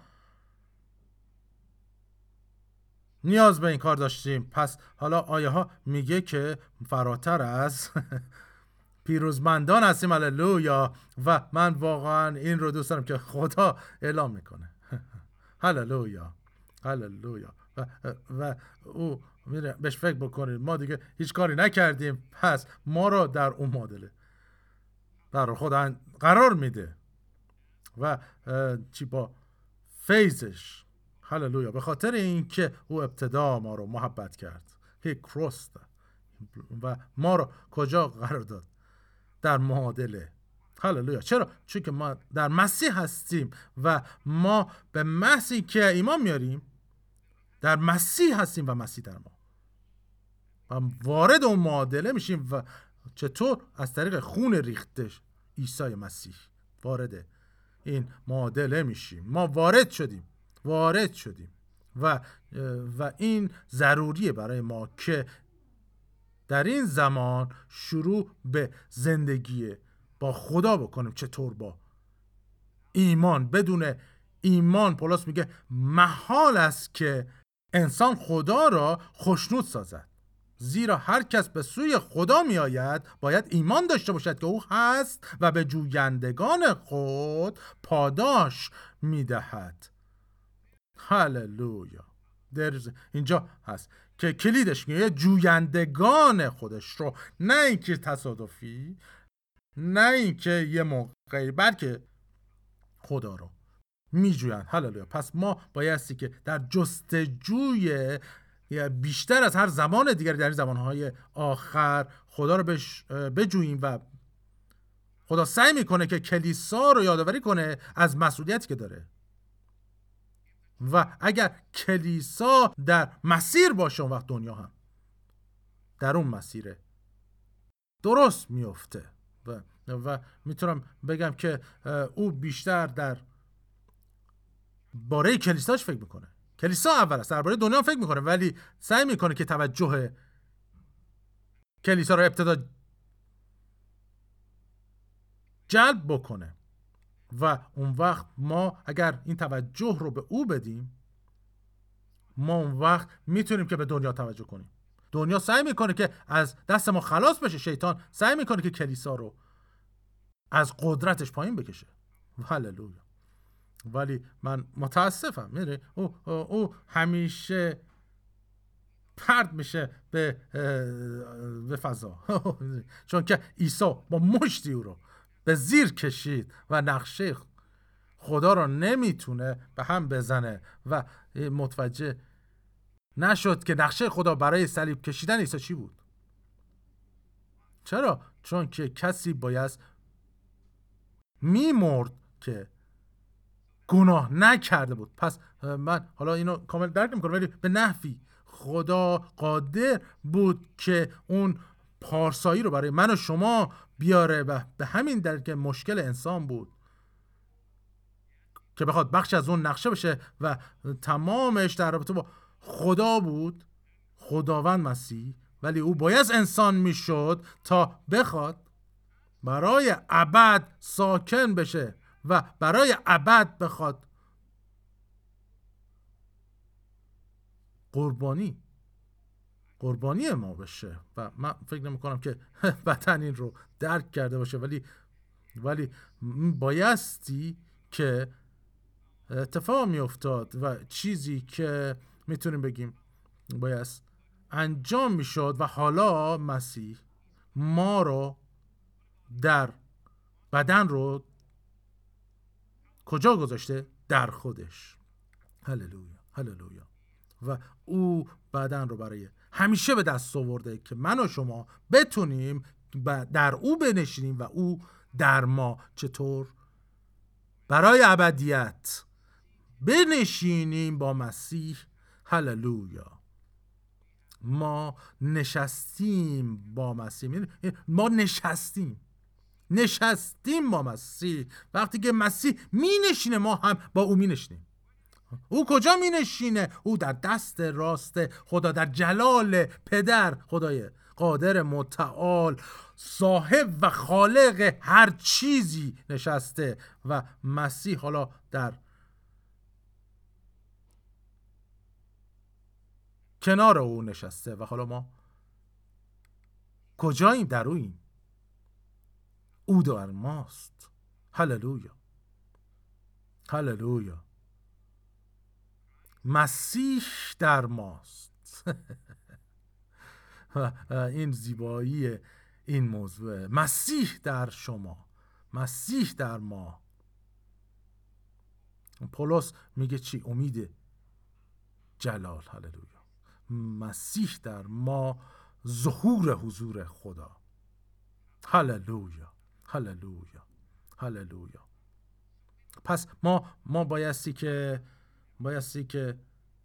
نیاز به این کار داشتیم. پس حالا آیه ها میگه که فراتر از پیروزمندان هستیم. هللویا. و من واقعا این رو دوست دارم که خدا اعلام میکنه. هللویا. هللویا. و او میره بهش فکر بکنید ما دیگه هیچ کاری نکردیم، پس ما رو در اون معادله در خدا قرار میده و چی با فیضش. هللویا. به خاطر اینکه او ابتدا ما رو محبت کرد. هی کروست و ما رو کجا قرار داد؟ در معادله. هللویا. چرا؟ چون که ما در مسیح هستیم و ما به مسیح که ایمان میاریم در مسیح هستیم و مسیح در ما و وارد اون معادله میشیم. و چطور؟ از طریق خون ریخته عیسی مسیح وارد این معادله میشیم. ما وارد شدیم و این ضروریه برای ما که در این زمان شروع به زندگی با خدا بکنیم. چطور؟ با ایمان. بدون ایمان پولس میگه محال است که انسان خدا را خوشنود سازد، زیرا هر کس به سوی خدا می آید باید ایمان داشته باشد که او هست و به جویندگان خود پاداش می دهد. هللویا. اینجا هست که کلیدش میگه جویندگان خودش رو، نه اینکه تصادفی، نه اینکه یه موقعی، بلکه خدا رو میجویند. هللویا. پس ما بایستی که در جستجوی بیشتر از هر زمان دیگر در زمانهای آخر خدا رو بجوییم و خدا سعی میکنه که کلیسا رو یادآوری کنه از مسئولیتی که داره. و اگر کلیسا در مسیر باشه اون وقت دنیا هم در اون مسیر درست میفته. و میتونم بگم که او بیشتر در باره کلیساش فکر میکنه. کلیسا اول است، درباره دنیا فکر میکنه، ولی سعی میکنه که توجه کلیسا رو ابتدا جلب بکنه و اون وقت ما اگر این توجه رو به او بدیم، ما اون وقت میتونیم که به دنیا توجه کنیم. دنیا سعی میکنه که از دست ما خلاص بشه، شیطان سعی میکنه که کلیسا رو از قدرتش پایین بکشه. هللویا. ولی من متاسفم، میره او همیشه پرد میشه به فضا چون که عیسی با مشتی او رو به زیر کشید و نقشه خدا رو نمیتونه به هم بزنه و متوجه نشد که نقشه خدا برای صلیب کشیدن عیسی چی بود. چرا؟ چون که کسی باید میمرد که گناه نکرده بود. پس من حالا اینو کامل درک نمی‌کنم، ولی به نحوی خدا قادر بود که اون پارسایی رو برای من و شما بیاره و به همین دلیل که مشکل انسان بود که بخواد بخش از اون نقشه بشه و تمامش در رابطه با خدا بود، خداوند مسیح، ولی او باید انسان میشد تا بخواد برای ابد ساکن بشه و برای ابد بخواد قربانی ما بشه. و من فکر نمی کنم که وطن این رو درک کرده باشه، ولی بایستی که اتفاق می افتاد و چیزی که میتونیم بگیم بایست انجام می شد و حالا مسیح ما رو در بدن رو کجا گذاشته؟ در خودش. هللویا، هللویا. و او بدن رو برای همیشه به دست آورده که من و شما بتونیم در او بنشینیم و او در ما. چطور؟ برای ابدیت بنشینیم با مسیح. هللویا. ما نشستیم با مسیح. ما نشستیم با مسیح. وقتی که مسیح می نشینه ما هم با او می نشینیم. او کجا می نشینه؟ او در دست راست خدا، در جلال پدر، خدای قادر متعال، صاحب و خالق هر چیزی نشسته و مسیح حالا در کنار او نشسته و حالا ما کجاییم؟ در اوییم. او در ماست. هللویا، هللویا. مسیح در ماست. این زیبایی این موضوع. مسیح در شما، مسیح در ما. پولس میگه چی؟ امید جلال. هللویا. مسیح در ما، ظهور حضور خدا. هللویا، هللویا، هللویا. پس ما بایستی که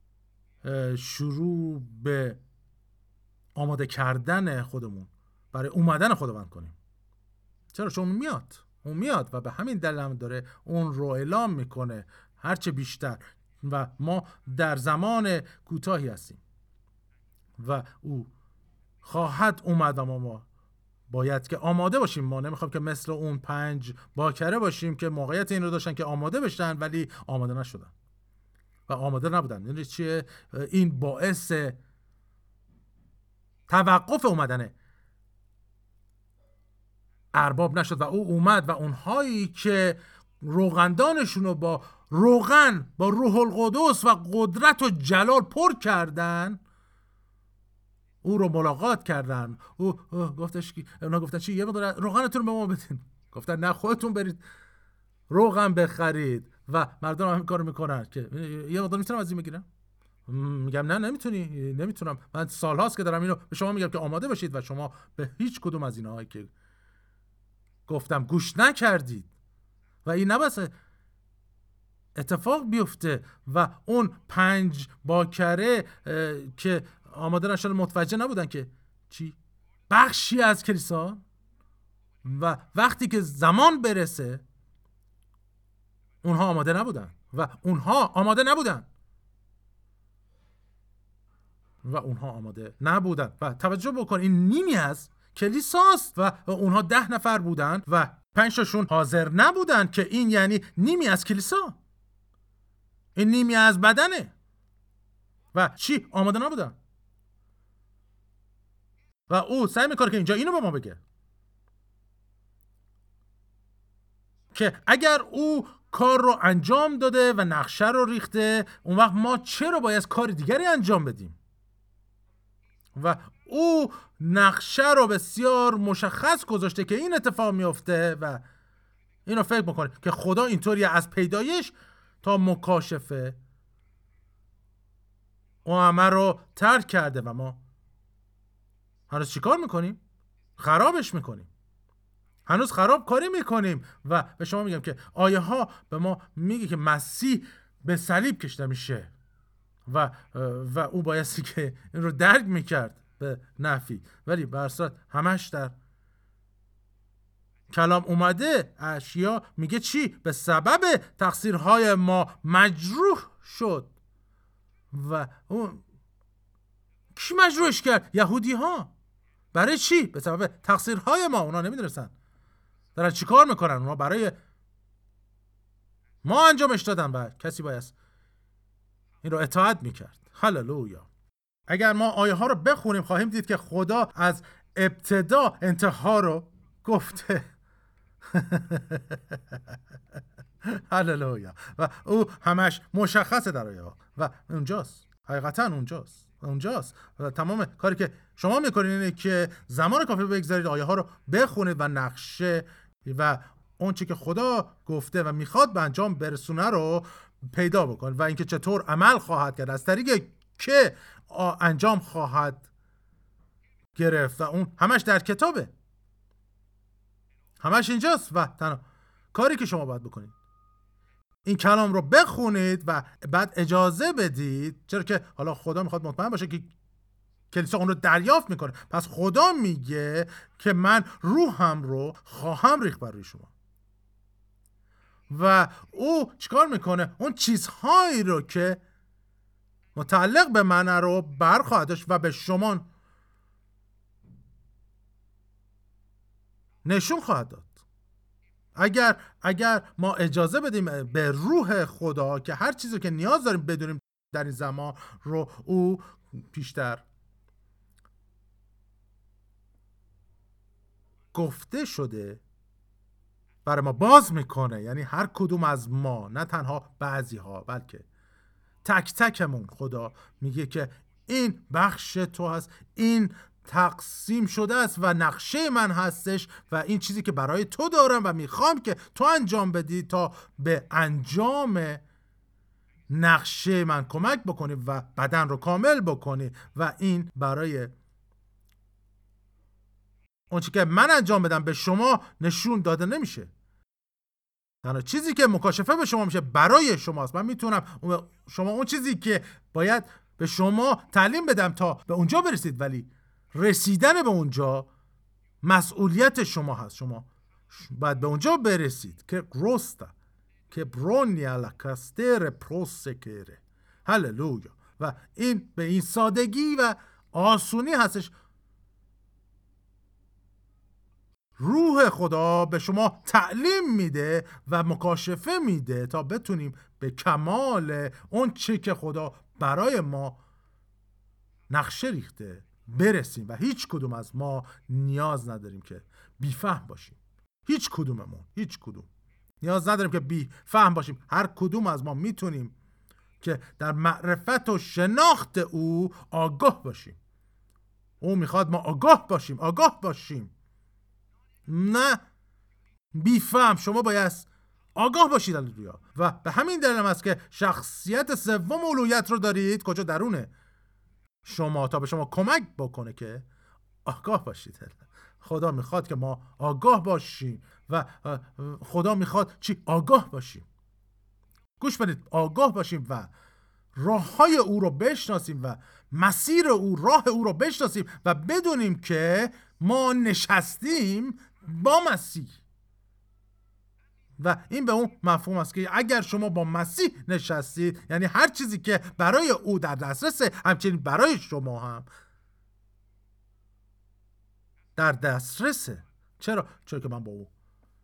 شروع به آماده کردن خودمون برای اومدن خداوند کنیم. چرا؟ چون اون میاد و به همین دلیل هم داره اون رو اعلام میکنه هرچه بیشتر و ما در زمان کوتاهی هستیم و او خواهد اومد، اما ما باید که آماده باشیم. ما نمیخوام که مثل اون 5 باکره باشیم که موقعیت این رو داشتن که آماده بشن ولی آماده نشدن و آماده نبودن. یعنی چیه؟ این باعث توقف اومدن ارباب نشد و او اومد و اونهایی که روغندانشون رو با روغن، با روح القدس و قدرت و جلال پر کردن، او رو ملاقات کردن. او گفتش که اونا گفتن چی؟ یه مقدار روغنتون رو به ما بدین. گفتن نه، خودتون برید روغن بخرید. و مردم هم کارو میکنن که یه مقدار میتونم از این بگیرم. میگم نه، نمیتونم. من سالهاست که دارم اینو به شما میگم که آماده باشید و شما به هیچ کدوم از اینهایی که گفتم گوش نکردید و این نباید اتفاق بیفته. و اون 5 باکره که آماده نشدن، متوجه نبودن که چی؟ بخشی از کلیسا و وقتی که زمان برسه اونها آماده نبودن و اونها آماده نبودن و توجه بکن این نیمی از کلیساست و اونها 10 نفر بودن و 5 تاشون حاضر نبودن که این یعنی نیمی از کلیسا، این نیمی از بدنه و چی آماده نبودن و او سعی میکنه که اینجا اینو به ما بگه که اگر او کار رو انجام داده و نقشه رو ریخته، اون وقت ما چرا باید کار دیگری انجام بدیم؟ و او نقشه رو بسیار مشخص گذاشته که این اتفاق میفته و اینو فکر بکنه که خدا اینطوری از پیدایش تا مکاشفه اون همه رو ترک کرده و ما هنوز چی کار میکنیم؟ خرابش میکنیم، هنوز خراب کاری میکنیم. و به شما میگم که آیه ها به ما میگه که مسیح به صلیب کشیده میشه و او بایستی که این رو درک میکرد به نفی، ولی به هر صورت همش در کلام اومده. اشعیا میگه چی؟ به سبب تقصیرهای ما مجروح شد. و اون کی مجروحش کرد؟ یهودی ها. برای چی؟ به سبب تقصیرهای ما. اونا نمیدونستن دارن چی کار میکنن، اونا برای ما انجامش دادن و کسی باید این رو اطاعت میکرد. هللویا. اگر ما آیه ها رو بخونیم خواهیم دید که خدا از ابتدا انتها رو گفته. هللویا. و او همش مشخصه در آیه ها و اونجاست، حقیقتا اونجاست و تمام کاری که شما میکنید اینه که زمان کافی بگذارید آیه ها رو بخونید و نقشه و اون چی که خدا گفته و میخواد به انجام برسونه رو پیدا بکنید و اینکه چطور عمل خواهد کرد، از طریق که انجام خواهد گرفت و اون همش در کتابه، همش اینجاست و تنها کاری که شما باید بکنید این کلام رو بخونید و بعد اجازه بدید، چرا که حالا خدا میخواد مطمئن باشه که کلیسا اون رو دریافت میکنه. پس خدا میگه که من روحم رو خواهم ریخت بر روی شما و او چیکار میکنه؟ اون چیزهایی رو که متعلق به من رو برخواهد داشت و به شما نشون خواهد داد. اگر ما اجازه بدیم به روح خدا که هر چیزی که نیاز داریم بدونیم در این زمان رو او پیشتر گفته شده برای ما باز میکنه. یعنی هر کدوم از ما، نه تنها بعضی ها بلکه تک تکمون، خدا میگه که این بخش تو هست، این تقسیم شده است و نقشه من هستش و این چیزی که برای تو دارم و میخوام که تو انجام بدی تا به انجام نقشه من کمک بکنی و بدن رو کامل بکنی و این برای اون چیزی که من انجام بدم به شما نشون داده نمیشه. تنها چیزی که مکاشفه به شما میشه برای شماست. من میتونم شما اون چیزی که باید به شما تعلیم بدم تا به اونجا برسید، ولی رسیدن به اونجا مسئولیت شما هست. شما باید به اونجا برسید که روستا که برونیا لاکاستر پروسکره. هللویا. و این به این سادگی و آسونی هستش. روح خدا به شما تعلیم میده و مکاشفه میده تا بتونیم به کمال اون چی که خدا برای ما نقشه ریخته برسیم و هیچ کدوم از ما نیاز نداریم که بی‌فهم باشیم. هیچ کدوم نیاز نداریم که بی‌فهم باشیم. هر کدوم از ما میتونیم که در معرفت و شناخت او آگاه باشیم. او میخواد ما آگاه باشیم، نه بی‌فهم. شما باید آگاه باشید. هللویا. و به همین دلیل است که شخصیت سوم الوهیت رو دارید کجا؟ درونه شما، تا به شما کمک بکنه که آگاه باشید. خدا میخواد که ما آگاه باشیم و خدا میخواد چی؟ آگاه باشیم. گوش بدید، آگاه باشیم و راههای او رو بشناسیم و مسیر او، راه او رو بشناسیم و بدونیم که ما نشستیم با مسیح. و این به اون مفهوم است که اگر شما با مسیح نشستید، یعنی هر چیزی که برای او در دسترسه همچنین برای شما هم در دسترسه. چرا؟ چون که من با او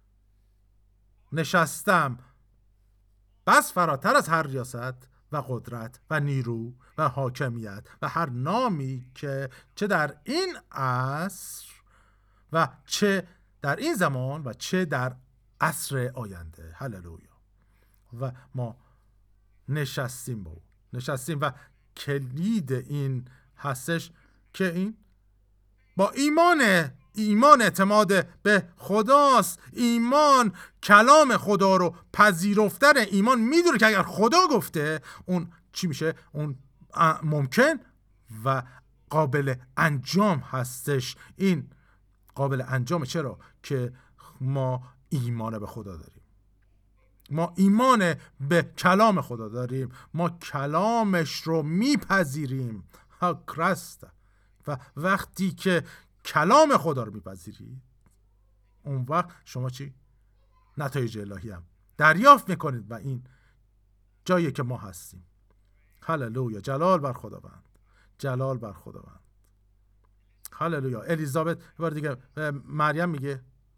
نشستم بس فراتر از هر ریاست و قدرت و نیرو و حاکمیت و هر نامی که چه در این عصر و چه در این زمان و چه در عصر آینده. هللویا. و ما نشستیم با او، نشستیم و کلید این هستش که این با ایمان اعتماد به خداست. ایمان کلام خدا رو پذیرفتن. ایمان میدونه که اگر خدا گفته اون چی میشه، اون ممکن و قابل انجام هستش. این قابل انجامه. چرا؟ که ما ایمان به خدا داریم، ما ایمان به کلام خدا داریم، ما کلامش رو میپذیریم. ها کرست. و وقتی که کلام خدا رو میپذیرید، اون وقت شما چی؟ نتایج الهی هم دریافت میکنید و این جایی که ما هستیم. هللویا. جلال بر خداوند، جلال بر خداوند. هللویا. الیزابت بار دیگه مریم میگه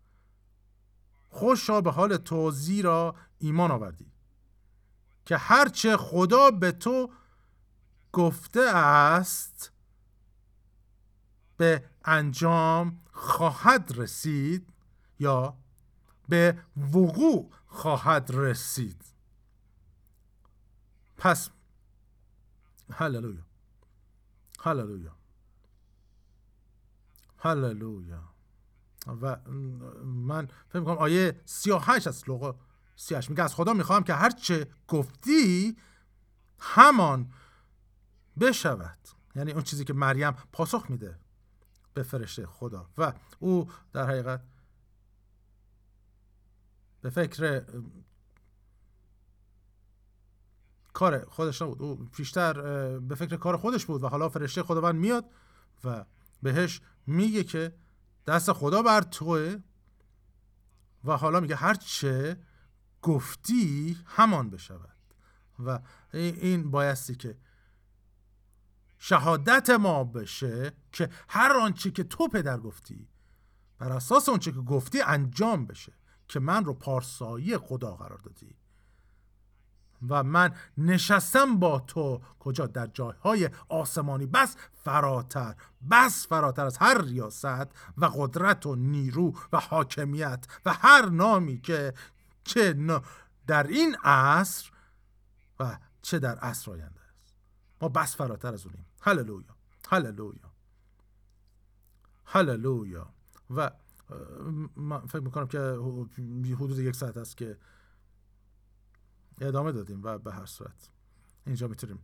خوشا به حال تو زیرا ایمان آوردی که هرچه خدا به تو گفته است به انجام خواهد رسید یا به وقوع خواهد رسید. پس هللویا، هللویا، هللویا. و من فکر می‌کنم آیه 38 از لوقا 38 میگه از خدا میخوام که هرچه گفتی همان بشود. یعنی اون چیزی که مریم پاسخ میده به فرشته خدا و او در حقیقت به فکر کار خودش نبود، او بیشتر به فکر کار خودش بود و حالا فرشته خداوند میاد و بهش میگه که دست خدا بر توه و حالا میگه هر چه گفتی همان بشود. و این بایستی که شهادت ما بشه که هر آنچه که تو پدر گفتی بر اساس آنچه که گفتی انجام بشه، که من رو پارسایی خدا قرار دادی و من نشستم با تو کجا؟ در جایهای آسمانی، بس فراتر از هر ریاست و قدرت و نیرو و حاکمیت و هر نامی که چه در این عصر و چه در عصر آینده است. ما بس فراتر از اونیم. هللویا، هللویا، هللویا. و من فکر میکنم که حدود 1 ساعت است که ادامه دادیم و به هر صورت اینجا میتونیم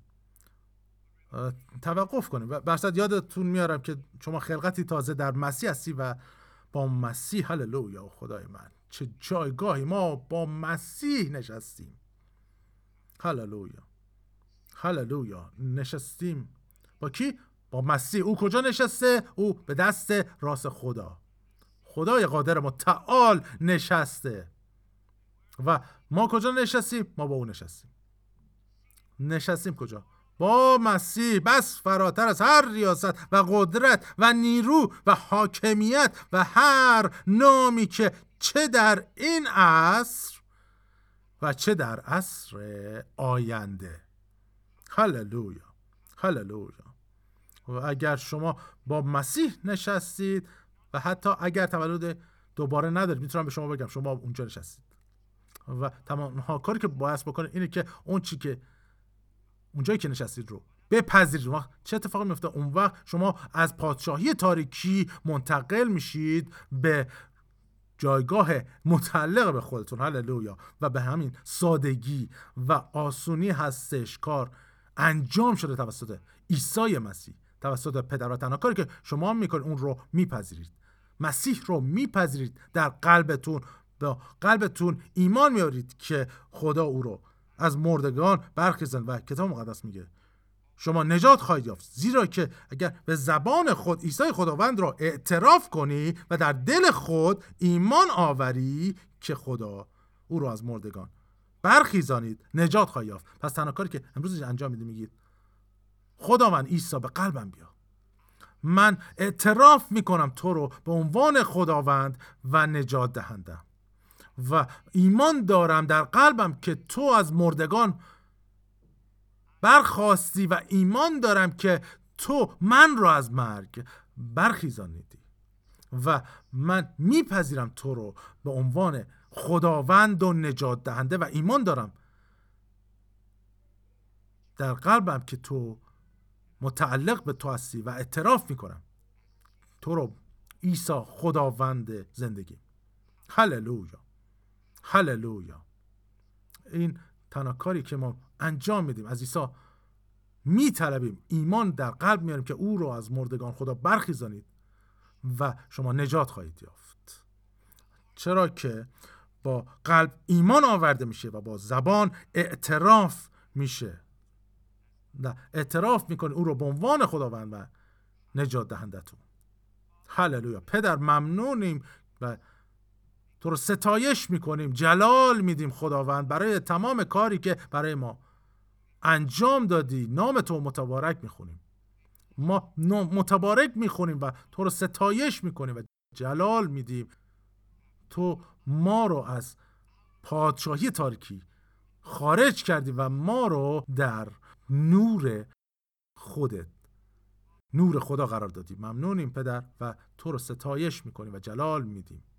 توقف کنیم. و برصد یادتون میارم که شما خلقتی تازه در مسیح هستی و با مسیح، هللویا خدای من، چه جایگاهی ما با مسیح نشستیم. هللویا، هللویا. نشستیم با کی؟ با مسیح. او کجا نشسته؟ او به دست راست خدا، خدای قادر متعال نشسته. و ما کجا نشستیم؟ ما با او نشستیم کجا؟ با مسیح، بس فراتر از هر ریاست و قدرت و نیرو و حاکمیت و هر نامی که چه در این عصر و چه در عصر آینده. هللویا، هللویا. و اگر شما با مسیح نشستید و حتی اگر تولد دوباره ندارید، میتونم به شما بگم شما اونجا نشستید و تمام کاری که باید بکنید اینه که اون چی که اونجایی که نشستید رو بپذیرید. چه اتفاقی میفته؟ اون وقت شما از پادشاهی تاریکی منتقل میشید به جایگاه متعلق به خودتون. هللویا. و به همین سادگی و آسونی هستش کار انجام شده توسط عیسی مسیح، توسط پدر. و تنها کاری که شما میکنید اون رو میپذیرید، مسیح رو میپذیرید در قلبتون، به قلبتون ایمان میارید که خدا او رو از مردگان برخیزن. و کتاب مقدس میگه شما نجات خواهید یافت، زیرا که اگر به زبان خود عیسی خداوند را اعتراف کنی و در دل خود ایمان آوری که خدا او را از مردگان برخیزانید، نجات خواهی یافت. پس تنها کاری که امروز انجام میدید میگید خداوند عیسی به قلبم بیا، من اعتراف میکنم تو رو به عنوان خداوند و نجات دهنده و ایمان دارم در قلبم که تو از مردگان برخاستی و ایمان دارم که تو من را از مرگ برخیزانیدی و من میپذیرم تو رو به عنوان خداوند و نجات دهنده و ایمان دارم در قلبم که تو متعلق به تو هستی و اعتراف میکنم تو رو عیسی خداوند زندگی. هللویا، هللویا. این تنها کاری که ما انجام میدیم، از عیسی میطلبیم، ایمان در قلب میاریم که او رو از مردگان خدا برخیزانید و شما نجات خواهید یافت. چرا که با قلب ایمان آورده میشه و با زبان اعتراف میشه، اعتراف میکنه او رو به عنوان خداوند و نجات دهندتون. هللویا. پدر ممنونیم و تو رو ستایش میکنیم، جلال میدیم خداوند برای تمام کاری که برای ما انجام دادی. نام تو متبارک میخونیم، ما متبارک میخونیم و تو رو ستایش میکنیم و جلال میدیم. تو ما رو از پادشاهی تاریکی خارج کردی و ما رو در نور خودت، نور خدا قرار دادی. ممنونیم پدر و تو رو ستایش میکنیم و جلال میدیم.